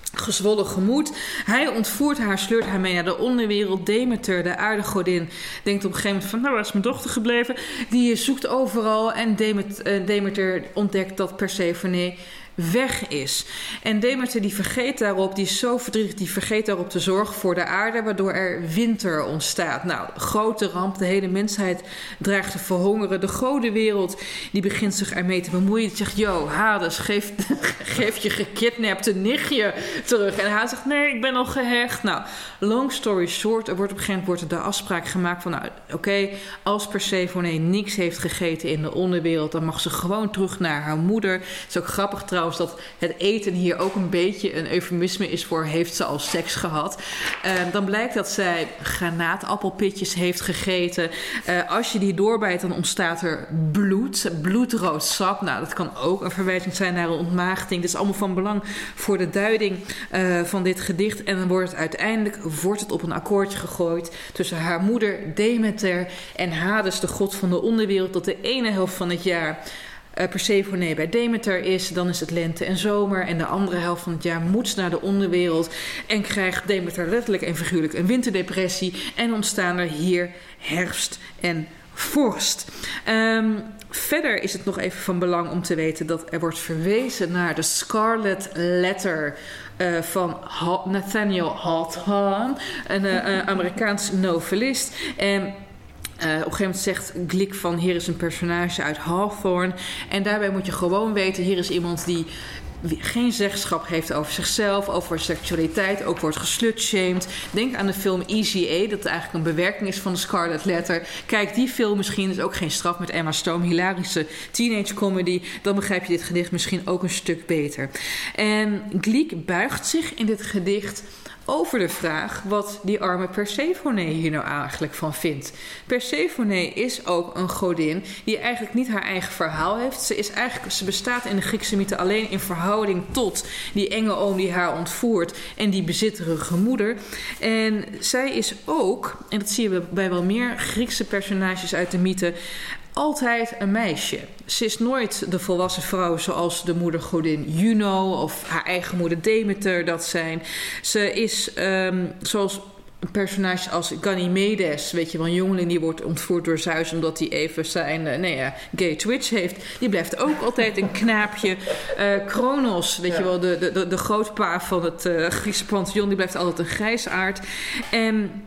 gezwollen gemoed. Hij ontvoert haar, sleurt haar mee naar de onderwereld. Demeter, de aardegodin, denkt op een gegeven moment van... nou, waar is mijn dochter gebleven? Die zoekt overal en Demeter, Demeter ontdekt dat Persephone weg is. En Demeter die vergeet daarop, die is zo verdrietig, die vergeet daarop te zorgen voor de aarde, waardoor er winter ontstaat. Nou, grote ramp, de hele mensheid dreigt te verhongeren. De godenwereld die begint zich ermee te bemoeien. Die zegt, yo, Hades, geef, geef je gekidnapte nichtje terug. En Hades zegt, nee, ik ben al gehecht. Nou, long story short, er wordt op een gegeven moment wordt er de afspraak gemaakt van, nou, oké, okay, als Persephone niks heeft gegeten in de onderwereld, dan mag ze gewoon terug naar haar moeder. Het is ook grappig trouwens dat het eten hier ook een beetje een eufemisme is voor heeft ze al seks gehad. Uh, dan blijkt dat zij granaatappelpitjes heeft gegeten. Uh, als je die doorbijt, dan ontstaat er bloed, bloedrood sap. Nou, dat kan ook een verwijzing zijn naar een ontmaagding. Dat is allemaal van belang voor de duiding uh, van dit gedicht. En dan wordt het uiteindelijk wordt het op een akkoordje gegooid tussen haar moeder Demeter en Hades, de god van de onderwereld, dat de ene helft van het jaar Uh, Persephone bij Demeter is, dan is het lente en zomer. En de andere helft van het jaar moet ze naar de onderwereld en krijgt Demeter letterlijk en figuurlijk een winterdepressie. En ontstaan er hier herfst en vorst. Um, verder is het nog even van belang om te weten dat er wordt verwezen naar de Scarlet Letter Uh, van ha- Nathaniel Hawthorne, een uh, Amerikaans novelist. En Uh, op een gegeven moment zegt Glick van hier is een personage uit Hawthorne. En daarbij moet je gewoon weten, hier is iemand die geen zeggenschap heeft over zichzelf, over seksualiteit, ook wordt geslutshamed. Denk aan de film Easy A, dat eigenlijk een bewerking is van de Scarlet Letter. Kijk die film misschien, is ook geen straf, met Emma Stone, hilarische teenage comedy. Dan begrijp je dit gedicht misschien ook een stuk beter. En Glick buigt zich in dit gedicht over de vraag wat die arme Persephone hier nou eigenlijk van vindt. Persephone is ook een godin die eigenlijk niet haar eigen verhaal heeft. Ze, is eigenlijk, ze bestaat in de Griekse mythe alleen in verhouding tot die enge oom die haar ontvoert en die bezitterige moeder. En zij is ook, en dat zien we bij wel meer Griekse personages uit de mythe, altijd een meisje. Ze is nooit de volwassen vrouw zoals de moedergodin Juno of haar eigen moeder Demeter dat zijn. Ze is um, zoals een personage als Ganymedes, weet je wel, een jongeling die wordt ontvoerd door Zeus omdat hij even zijn uh, nee, ja, gay twitch heeft. Die blijft ook altijd een knaapje. Uh, Kronos, weet ja. je wel, de, de, de, de grootpa van het uh, Griekse pantheon, die blijft altijd een grijsaard. En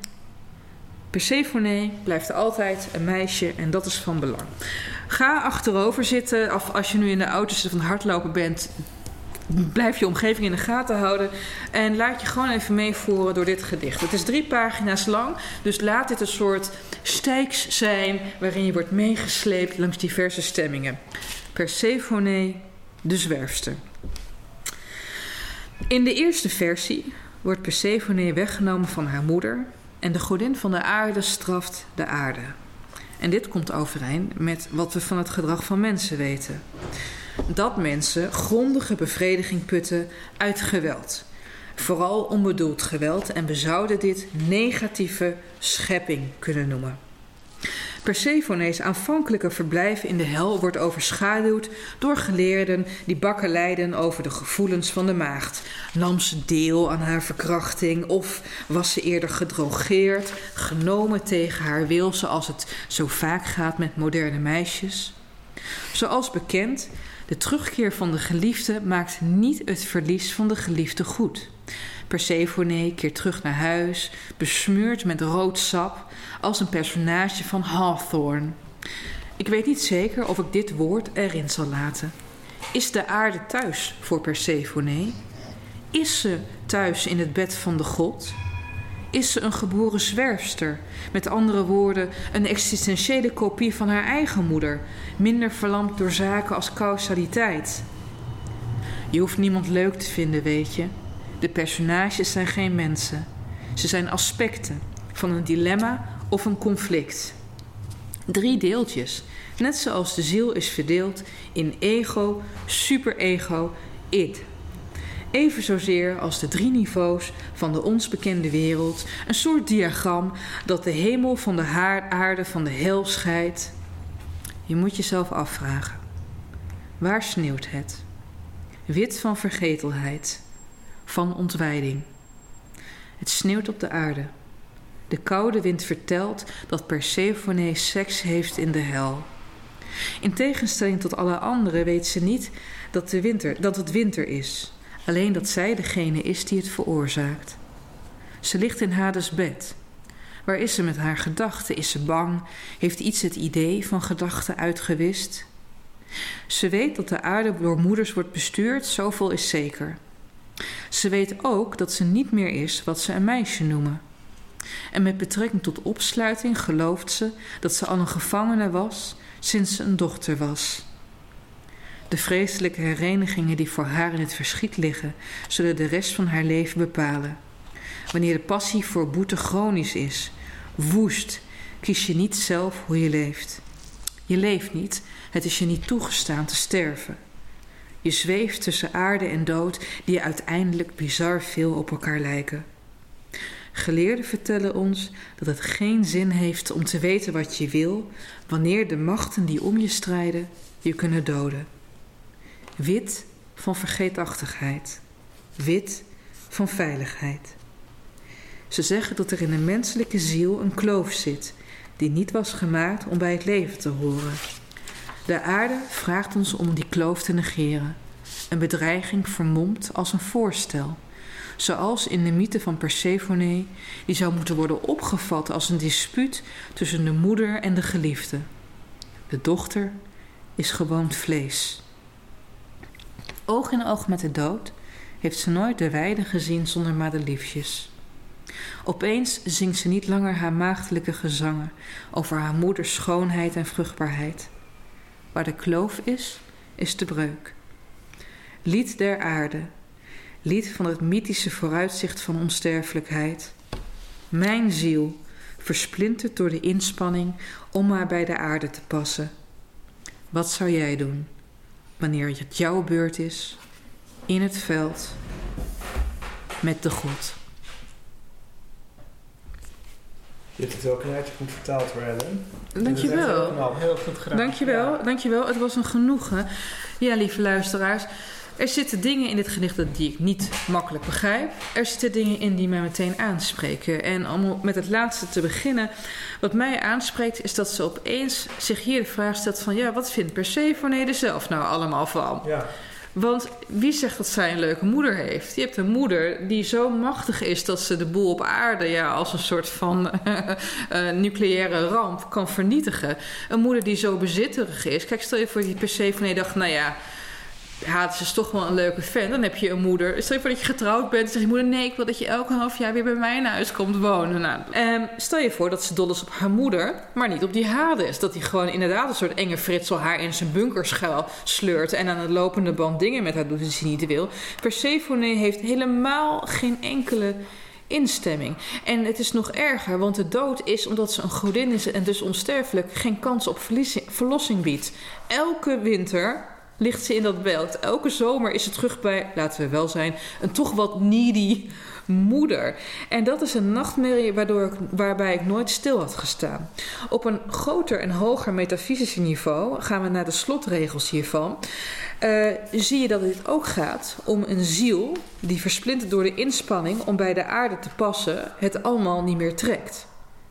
Persephone blijft altijd een meisje en dat is van belang. Ga achterover zitten. Of als je nu in de auto zit of aan het hardlopen bent, blijf je omgeving in de gaten houden. En laat je gewoon even meevoeren door dit gedicht. Het is drie pagina's lang, dus laat dit een soort stijks zijn waarin je wordt meegesleept langs diverse stemmingen. Persephone, de zwerfster. In de eerste versie wordt Persephone weggenomen van haar moeder en de godin van de aarde straft de aarde. En dit komt overeen met wat we van het gedrag van mensen weten. Dat mensen grondige bevrediging putten uit geweld. Vooral onbedoeld geweld, en we zouden dit negatieve schepping kunnen noemen. Persephone's aanvankelijke verblijf in de hel wordt overschaduwd door geleerden die bakkeleiden over de gevoelens van de maagd. Nam ze deel aan haar verkrachting of was ze eerder gedrogeerd, genomen tegen haar wil, zoals het zo vaak gaat met moderne meisjes? Zoals bekend, de terugkeer van de geliefde maakt niet het verlies van de geliefde goed. Persephone keert terug naar huis, besmeurd met rood sap, als een personage van Hawthorne. Ik weet niet zeker of ik dit woord erin zal laten. Is de aarde thuis voor Persephone? Is ze thuis in het bed van de god? Is ze een geboren zwerfster? Met andere woorden, een existentiële kopie van haar eigen moeder, minder verlamd door zaken als causaliteit. Je hoeft niemand leuk te vinden, weet je. De personages zijn geen mensen. Ze zijn aspecten van een dilemma of een conflict. Drie deeltjes, net zoals de ziel is verdeeld in ego, superego, id. Even zozeer als de drie niveaus van de ons bekende wereld, een soort diagram dat de hemel van de aarde van de hel scheidt. Je moet jezelf afvragen. Waar sneeuwt het? Wit van vergetelheid. van ontwijding. Het sneeuwt op de aarde. De koude wind vertelt dat Persephone seks heeft in de hel. In tegenstelling tot alle anderen weet ze niet dat, de winter, dat het winter is. Alleen dat zij degene is die het veroorzaakt. Ze ligt in Hades' bed. Waar is ze met haar gedachten? Is ze bang? Heeft iets het idee van gedachten uitgewist? Ze weet dat de aarde door moeders wordt bestuurd, zoveel is zeker. Ze weet ook dat ze niet meer is wat ze een meisje noemen. En met betrekking tot opsluiting gelooft ze dat ze al een gevangene was sinds ze een dochter was. De vreselijke herenigingen die voor haar in het verschiet liggen, zullen de rest van haar leven bepalen. Wanneer de passie voor boete chronisch is, woest, kies je niet zelf hoe je leeft. Je leeft niet, het is je niet toegestaan te sterven. Je zweeft tussen aarde en dood die uiteindelijk bizar veel op elkaar lijken. Geleerden vertellen ons dat het geen zin heeft om te weten wat je wil, wanneer de machten die om je strijden je kunnen doden. Wit van vergeetachtigheid, wit van veiligheid. Ze zeggen dat er in de menselijke ziel een kloof zit, die niet was gemaakt om bij het leven te horen. De aarde vraagt ons om die kloof te negeren, een bedreiging vermomd als een voorstel. Zoals in de mythe van Persephone, die zou moeten worden opgevat als een dispuut tussen de moeder en de geliefde. De dochter is gewoon vlees. Oog in oog met de dood heeft ze nooit de weide gezien zonder madeliefjes. Opeens zingt ze niet langer haar maagdelijke gezangen over haar moeders schoonheid en vruchtbaarheid. Waar de kloof is, is de breuk. Lied der aarde, lied van het mythische vooruitzicht van onsterfelijkheid. Mijn ziel, versplinterd door de inspanning om maar bij de aarde te passen. Wat zou jij doen, wanneer het jouw beurt is, in het veld, met de God? Je hebt het wel knijtje goed vertaald voor Ellen. Dankjewel. Heel goed gedaan. Dankjewel, Ja. dankjewel. Het was een genoegen. Ja, lieve luisteraars. Er zitten dingen in dit gedicht die ik niet makkelijk begrijp. Er zitten dingen in die mij meteen aanspreken. En om met het laatste te beginnen. Wat mij aanspreekt is dat ze opeens zich hier de vraag stelt van... ja, wat vindt Persephone er zelf nou allemaal van? Ja. Want wie zegt dat zij een leuke moeder heeft? Je hebt een moeder die zo machtig is dat ze de boel op aarde... ja, als een soort van uh, uh, nucleaire ramp kan vernietigen. Een moeder die zo bezitterig is. Kijk, stel je voor die Persephone dacht, nou ja... Hades is toch wel een leuke fan. Dan heb je een moeder. Stel je voor dat je getrouwd bent. Dan zegt je moeder, nee, ik wil dat je elke half jaar weer bij mij in huis komt wonen. Nou, um, stel je voor dat ze dol is op haar moeder, maar niet op die Hades. Dat hij gewoon inderdaad een soort enge fritsel haar in zijn bunkerschuil sleurt. En aan het lopende band dingen met haar doet die ze niet wil. Persephone heeft helemaal geen enkele instemming. En het is nog erger, want de dood is, omdat ze een godin is en dus onsterfelijk, geen kans op verlossing biedt. Elke winter ligt ze in dat bed. Elke zomer is ze terug bij, laten we wel zijn, een toch wat needy moeder. En dat is een nachtmerrie waardoor ik, waarbij ik nooit stil had gestaan. Op een groter en hoger metafysische niveau, gaan we naar de slotregels hiervan, uh, zie je dat het ook gaat om een ziel die versplinterd door de inspanning om bij de aarde te passen, het allemaal niet meer trekt.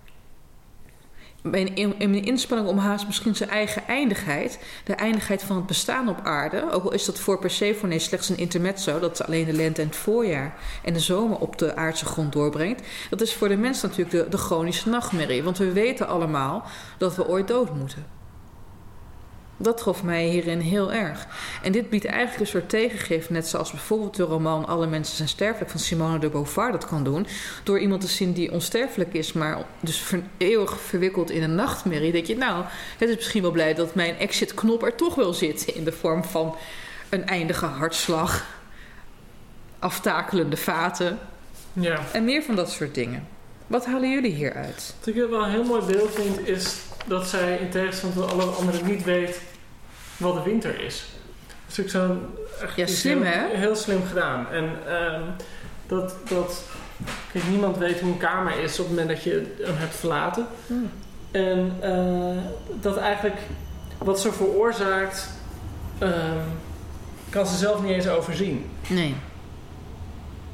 In een inspanning om haast misschien zijn eigen eindigheid, de eindigheid van het bestaan op aarde, ook al is dat voor Persephone slechts een intermezzo, dat ze alleen de lente en het voorjaar en de zomer op de aardse grond doorbrengt, dat is voor de mens natuurlijk de, de chronische nachtmerrie, want we weten allemaal dat we ooit dood moeten. Dat trof mij hierin heel erg. En dit biedt eigenlijk een soort tegengif, net zoals bijvoorbeeld de roman Alle mensen zijn sterfelijk van Simone de Beauvoir dat kan doen. Door iemand te zien die onsterfelijk is, maar dus ver, eeuwig verwikkeld in een nachtmerrie. Denk je, nou, het is misschien wel blij dat mijn exit-knop er toch wel zit in de vorm van een eindige hartslag, aftakelende vaten ja. en meer van dat soort dingen. Wat halen jullie hieruit? Wat ik wel een heel mooi beeld vind, is dat zij in tegenstelling tot alle anderen niet weet wat de winter is. Dus ik zo echt ja, slim heel, hè? Heel slim gedaan. En um, dat, dat kijk, niemand weet hoe een kamer is op het moment dat je hem hebt verlaten. Hmm. En uh, dat eigenlijk wat ze veroorzaakt, um, kan ze zelf niet eens overzien. Nee.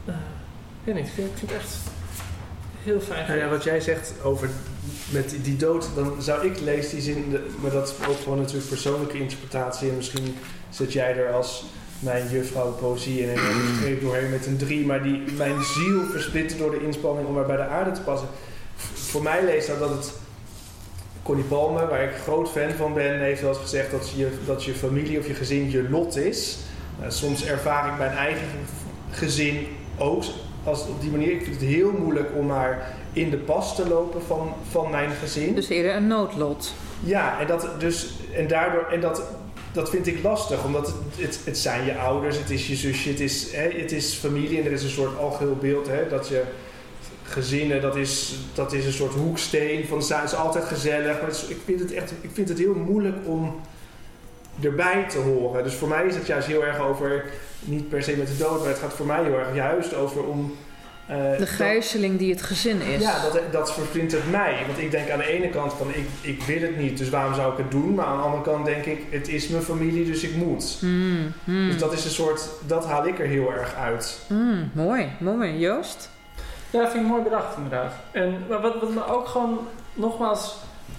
weet niet, ik vind, ik vind het echt heel fijn. Nou ja, wat jij zegt over met die, die dood, dan zou ik lezen die zin, de, maar dat is ook gewoon natuurlijk persoonlijke interpretatie en misschien zit jij er als mijn juffrouw poëzie in en ik schreef doorheen met een drie, maar die mijn ziel versplitten door de inspanning om er bij de aarde te passen. Voor mij leest dat dat het Connie Palmer, waar ik groot fan van ben, heeft wel eens gezegd dat je, dat je familie of je gezin je lot is. Nou, soms ervaar ik mijn eigen gezin ook als op die manier. Ik vind het heel moeilijk om maar in de pas te lopen van, van mijn gezin. Dus eerder een noodlot. Ja, en dat, dus, en daardoor, en dat, dat vind ik lastig, omdat het, het, het zijn je ouders, het is je zusje, het is, hè, het is familie en er is een soort algeheel beeld hè, dat je gezinnen, dat is, dat is een soort hoeksteen van het is altijd gezellig. Maar het is, ik, vind het echt, ik vind het heel moeilijk om erbij te horen. Dus voor mij is het juist heel erg over, niet per se met de dood, maar het gaat voor mij heel erg juist over om Uh, de gijzeling die het gezin is. Ja, dat, dat vervlintert mij. Want ik denk aan de ene kant van ik, ik wil het niet, dus waarom zou ik het doen? Maar aan de andere kant denk ik, het is mijn familie, dus ik moet. Mm, mm. Dus dat is een soort, dat haal ik er heel erg uit. Mm, mooi, mooi. Joost? Ja, vind ik mooi bedacht inderdaad. En maar wat, wat me ook gewoon, nogmaals,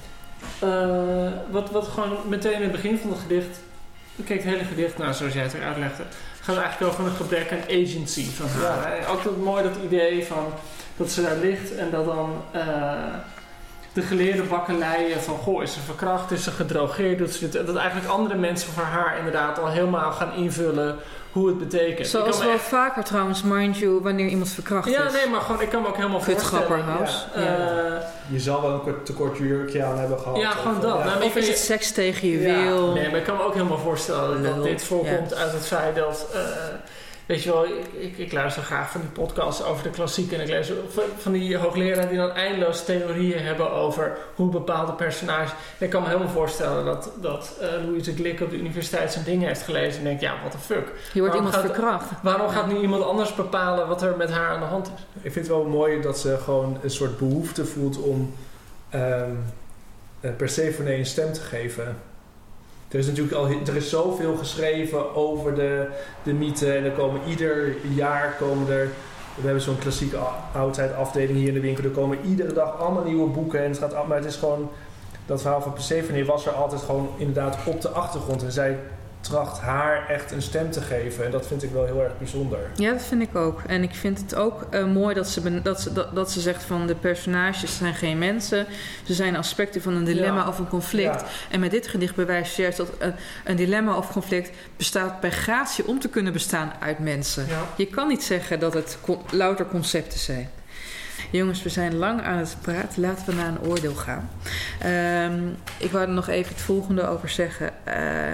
uh, wat, wat gewoon meteen in het begin van het gedicht, ik keek het hele gedicht naar zoals jij het er uitlegde, gaat het eigenlijk over een gebrek aan agency van haar. Ja. Ook dat mooi dat idee van dat ze daar ligt en dat dan uh, de geleerde bakkeleien van goh, is ze verkracht, is ze gedrogeerd, doet ze dit, dat eigenlijk andere mensen voor haar inderdaad al helemaal gaan invullen hoe het betekent. Zoals wel echt vaker trouwens, mind you, wanneer iemand verkracht ja, is. Ja, nee, maar gewoon, ik kan me ook helemaal Kut voorstellen. Grapperhaus. Ja, uh, je zal wel een te kort jurkje aan hebben gehad. Ja, gewoon of, dat. Ja. Nou, of is het seks tegen je ja, wil? Nee, maar ik kan me ook helemaal voorstellen dat Lul. dit voorkomt Ja. uit het feit dat Uh, weet je wel, ik, ik, ik luister graag van die podcasts over de klassiek en ik lees van die hoogleraren die dan eindeloos theorieën hebben over hoe bepaalde personages. Ik kan me helemaal voorstellen dat, dat uh, Louise Glück op de universiteit zijn dingen heeft gelezen en denkt, ja, what the fuck. Je wordt waarom iemand gaat, verkracht. Waarom gaat nu iemand anders bepalen wat er met haar aan de hand is? Ik vind het wel mooi dat ze gewoon een soort behoefte voelt om um, uh, Persephone een stem te geven. Er is natuurlijk al er is zoveel geschreven over de, de mythe en er komen ieder jaar komen er. We hebben zo'n klassieke oudheid afdeling hier in de winkel. Er komen iedere dag allemaal nieuwe boeken en het gaat, maar het is gewoon dat verhaal van Persephone was er altijd gewoon inderdaad op de achtergrond en zij tracht haar echt een stem te geven en dat vind ik wel heel erg bijzonder. Ja, dat vind ik ook. En ik vind het ook uh, mooi dat ze, ben, dat, ze, dat, dat ze zegt van de personages zijn geen mensen. Ze zijn aspecten van een dilemma ja. of een conflict. Ja. En met dit gedicht bewijst juist dat een, een dilemma of conflict bestaat bij gratie om te kunnen bestaan uit mensen. Ja. Je kan niet zeggen dat het con- louter concepten zijn. Jongens, we zijn lang aan het praten. Laten we naar een oordeel gaan. Um, ik wou er nog even het volgende over zeggen. Uh,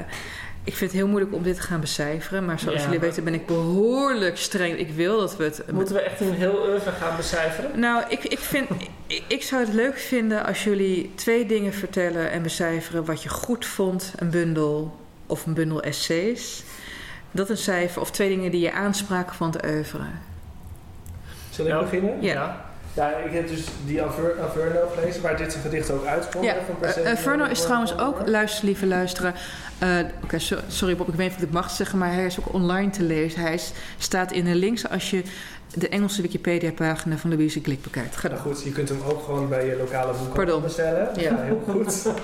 Ik vind het heel moeilijk om dit te gaan becijferen. Maar zoals ja, jullie weten ben ik behoorlijk streng. Ik wil dat we het... Moeten we echt een heel oeuvre gaan becijferen? Nou, ik, ik, vind, ik, ik zou het leuk vinden als jullie twee dingen vertellen en becijferen wat je goed vond. Een bundel of een bundel essays. Dat een cijfer of twee dingen die je aanspraken van het oeuvre. Zullen we ja. beginnen? Ja. ja. Ja, ik heb dus die Averno gelezen, waar dit gedicht ook uitkomt. Ja, uh, Averno is trouwens ook, luister lieve luisteren. Uh, Oké, okay, so, sorry Bob, ik weet niet of ik het mag zeggen, maar hij is ook online te lezen. Hij is, staat in de links als je de Engelse Wikipedia-pagina van Louise Glück bekijkt. Ga dan. Goed, je kunt hem ook gewoon bij je lokale boek bestellen. Ja, ja heel goed. de,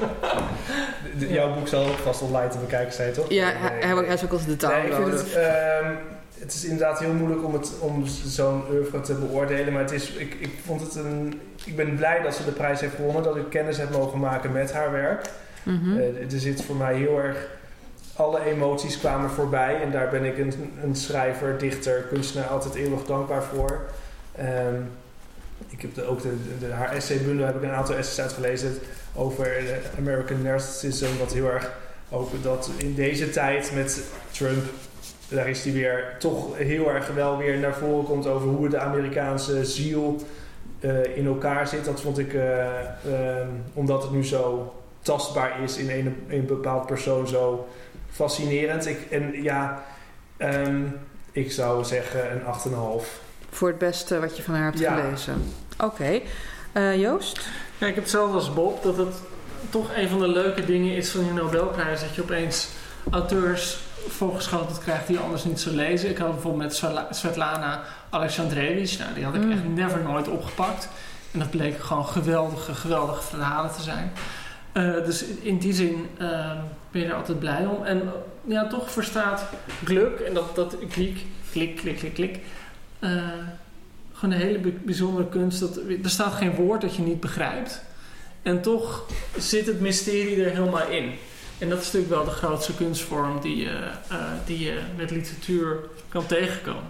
de, jouw boek zal ook vast online te bekijken zijn, toch? Ja, nee, hij, nee. hij is ook als de taal. Nee, ik vind het... Um, Het is inderdaad heel moeilijk om, het, om zo'n oeuvre te beoordelen. Maar het is, ik, ik, vond het een, ik ben blij dat ze de prijs heeft gewonnen. Dat ik kennis heb mogen maken met haar werk. Mm-hmm. Uh, er zit voor mij heel erg... Alle emoties kwamen voorbij. En daar ben ik een, een schrijver, dichter, kunstenaar altijd eeuwig dankbaar voor. Um, ik heb de, ook de, de, haar essaybundel heb ik een aantal essays uitgelezen. Over de American Narcissism. Wat heel erg ook dat in deze tijd met Trump... Daar is hij weer toch heel erg wel weer naar voren komt over hoe de Amerikaanse ziel uh, in elkaar zit. Dat vond ik, uh, uh, omdat het nu zo tastbaar is in een, een bepaald persoon, zo fascinerend. Ik, en ja, um, ik zou zeggen een acht komma vijf. Voor het beste wat je van haar hebt ja. gelezen. Oké. Okay. Uh, Joost? Ja, ik heb hetzelfde als Bob, dat het toch een van de leuke dingen is van die Nobelprijs, dat je opeens auteurs voorgeschoteld krijgt die je anders niet zou lezen. Ik had bijvoorbeeld met Svetlana Aleksandrevich. Nou, die had ik mm. echt never nooit opgepakt. En dat bleek gewoon geweldige, geweldige verhalen te zijn. Uh, dus in die zin uh, ben je er altijd blij om. En ja, toch verstaat Gluck, en dat, dat klik, klik, klik, klik, klik. Uh, gewoon een hele bijzondere kunst. Dat, er staat geen woord dat je niet begrijpt. En toch zit het mysterie er helemaal in. En dat is natuurlijk wel de grootste kunstvorm die je, uh, die je met literatuur kan tegenkomen.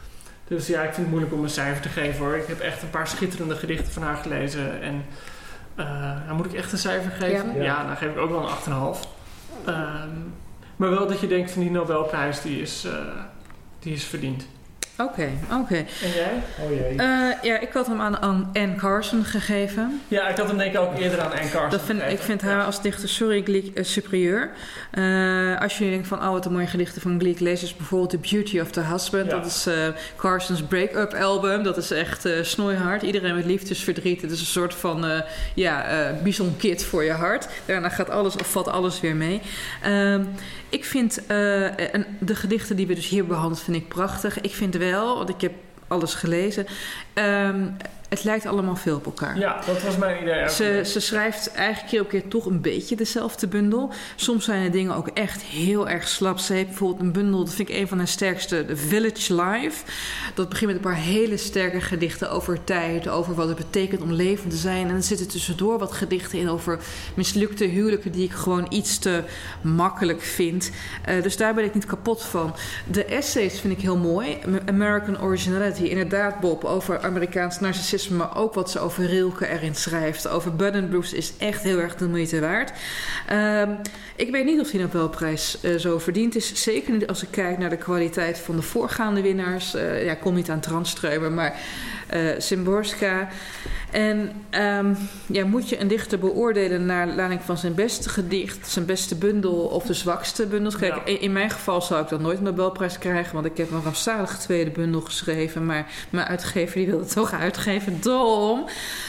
Dus ja, ik vind het moeilijk om een cijfer te geven hoor. Ik heb echt een paar schitterende gedichten van haar gelezen. En uh, nou, moet ik echt een cijfer geven? Ja, ja dan geef ik ook wel een acht komma vijf. Um, maar wel dat je denkt van die Nobelprijs, die is, uh, die is verdiend. Oké, okay, oké. Okay. En jij? Oh jee. Uh, ja, ik had hem aan, aan Anne Carson gegeven. Ja, ik had hem denk ik ook eerder aan Anne Carson dat vind, gegeven. Ik vind haar als dichter sorry Gleek uh, superieur. Uh, als je denkt van, oh wat een mooie gedichten van Gleek, lees dus bijvoorbeeld The Beauty of the Husband. Ja. Dat is uh, Carson's break-up album. Dat is echt uh, snoeihard. Iedereen met liefdesverdriet. Het is een soort van, uh, ja, uh, bison kit voor je hart. Daarna gaat alles of valt alles weer mee. Uh, ik vind uh, en de gedichten die we dus hier behandelen, vind ik prachtig. Ik vind wel, want ik heb alles gelezen. Um, het lijkt allemaal veel op elkaar. Ja, dat was mijn idee. Ze, ze schrijft eigenlijk keer op keer toch een beetje dezelfde bundel. Soms zijn de dingen ook echt heel erg slap. Ze heeft bijvoorbeeld een bundel, dat vind ik een van haar sterkste, The Village Life. Dat begint met een paar hele sterke gedichten over tijd, over wat het betekent om levend te zijn. En er zitten tussendoor wat gedichten in over mislukte huwelijken die ik gewoon iets te makkelijk vind. Uh, dus daar ben ik niet kapot van. De essays vind ik heel mooi. American Originality, inderdaad Bob, over Amerikaans narcissisme, maar ook wat ze over Rilke erin schrijft. Over Buddenbrooks is echt heel erg de moeite waard. Um, ik weet niet of die Nobelprijs uh, zo verdiend is. Zeker niet als ik kijk naar de kwaliteit van de voorgaande winnaars. Uh, ja, ik kom niet aan Tranströmer, maar uh, Szymborska. En um, ja, moet je een dichter beoordelen naar aanleiding van zijn beste gedicht, zijn beste bundel of de zwakste bundels? Kijk, ja. in, in mijn geval zou ik dan nooit een Nobelprijs krijgen, want ik heb een rampzalige tweede bundel geschreven, maar mijn uitgever die wil het toch uitgeven. Dom.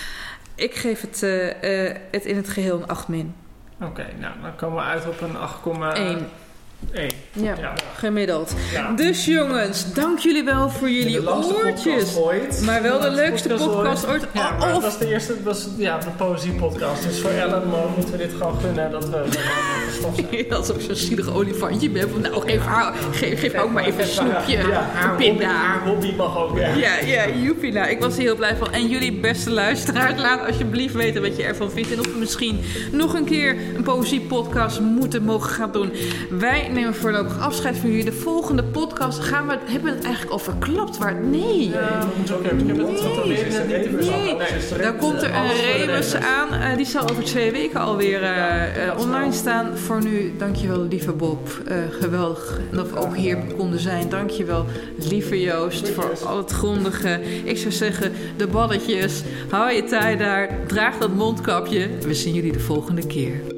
Ik geef het, uh, uh, het in het geheel een acht min. Oké, okay, nou dan komen we uit op een acht komma één. één. Ja, ja, gemiddeld. Ja. Dus jongens, dank jullie wel voor jullie oortjes. Ooit. Maar wel de, de leukste podcast, podcast ooit. ooit. Ja, maar of... dat was de eerste, dat was ja, de poëziepodcast. Dus voor Ellen moeten we dit gewoon gunnen dat we gestopt zijn. Dat is ook zo'n zielig olifantje. Nou, geef haar, geef, geef ook maar even een snoepje. Ja, haar, hobby, haar hobby mag ook. Ja, ja, ja joepie. Nou, ik was er heel blij van. En jullie beste luisteraars, laat alsjeblieft weten wat je ervan vindt. En of we misschien nog een keer een poëziepodcast moeten mogen gaan doen. Wij nemen voorlopig afscheid van jullie. De volgende podcast gaan we, hebben we het eigenlijk al verklapt. Waar, nee. Ja, dat moet ook even. Ik heb het geprobeerd niet te Nee, nee. Daar komt er een rebus aan. Uh, die zal over twee weken alweer uh, uh, online staan. Voor nu, dankjewel lieve Bob. Uh, geweldig dat we ook hier konden zijn. Dankjewel lieve Joost voor al het grondige. Ik zou zeggen, de balletjes. Hou je tijd daar. Draag dat mondkapje. We zien jullie de volgende keer.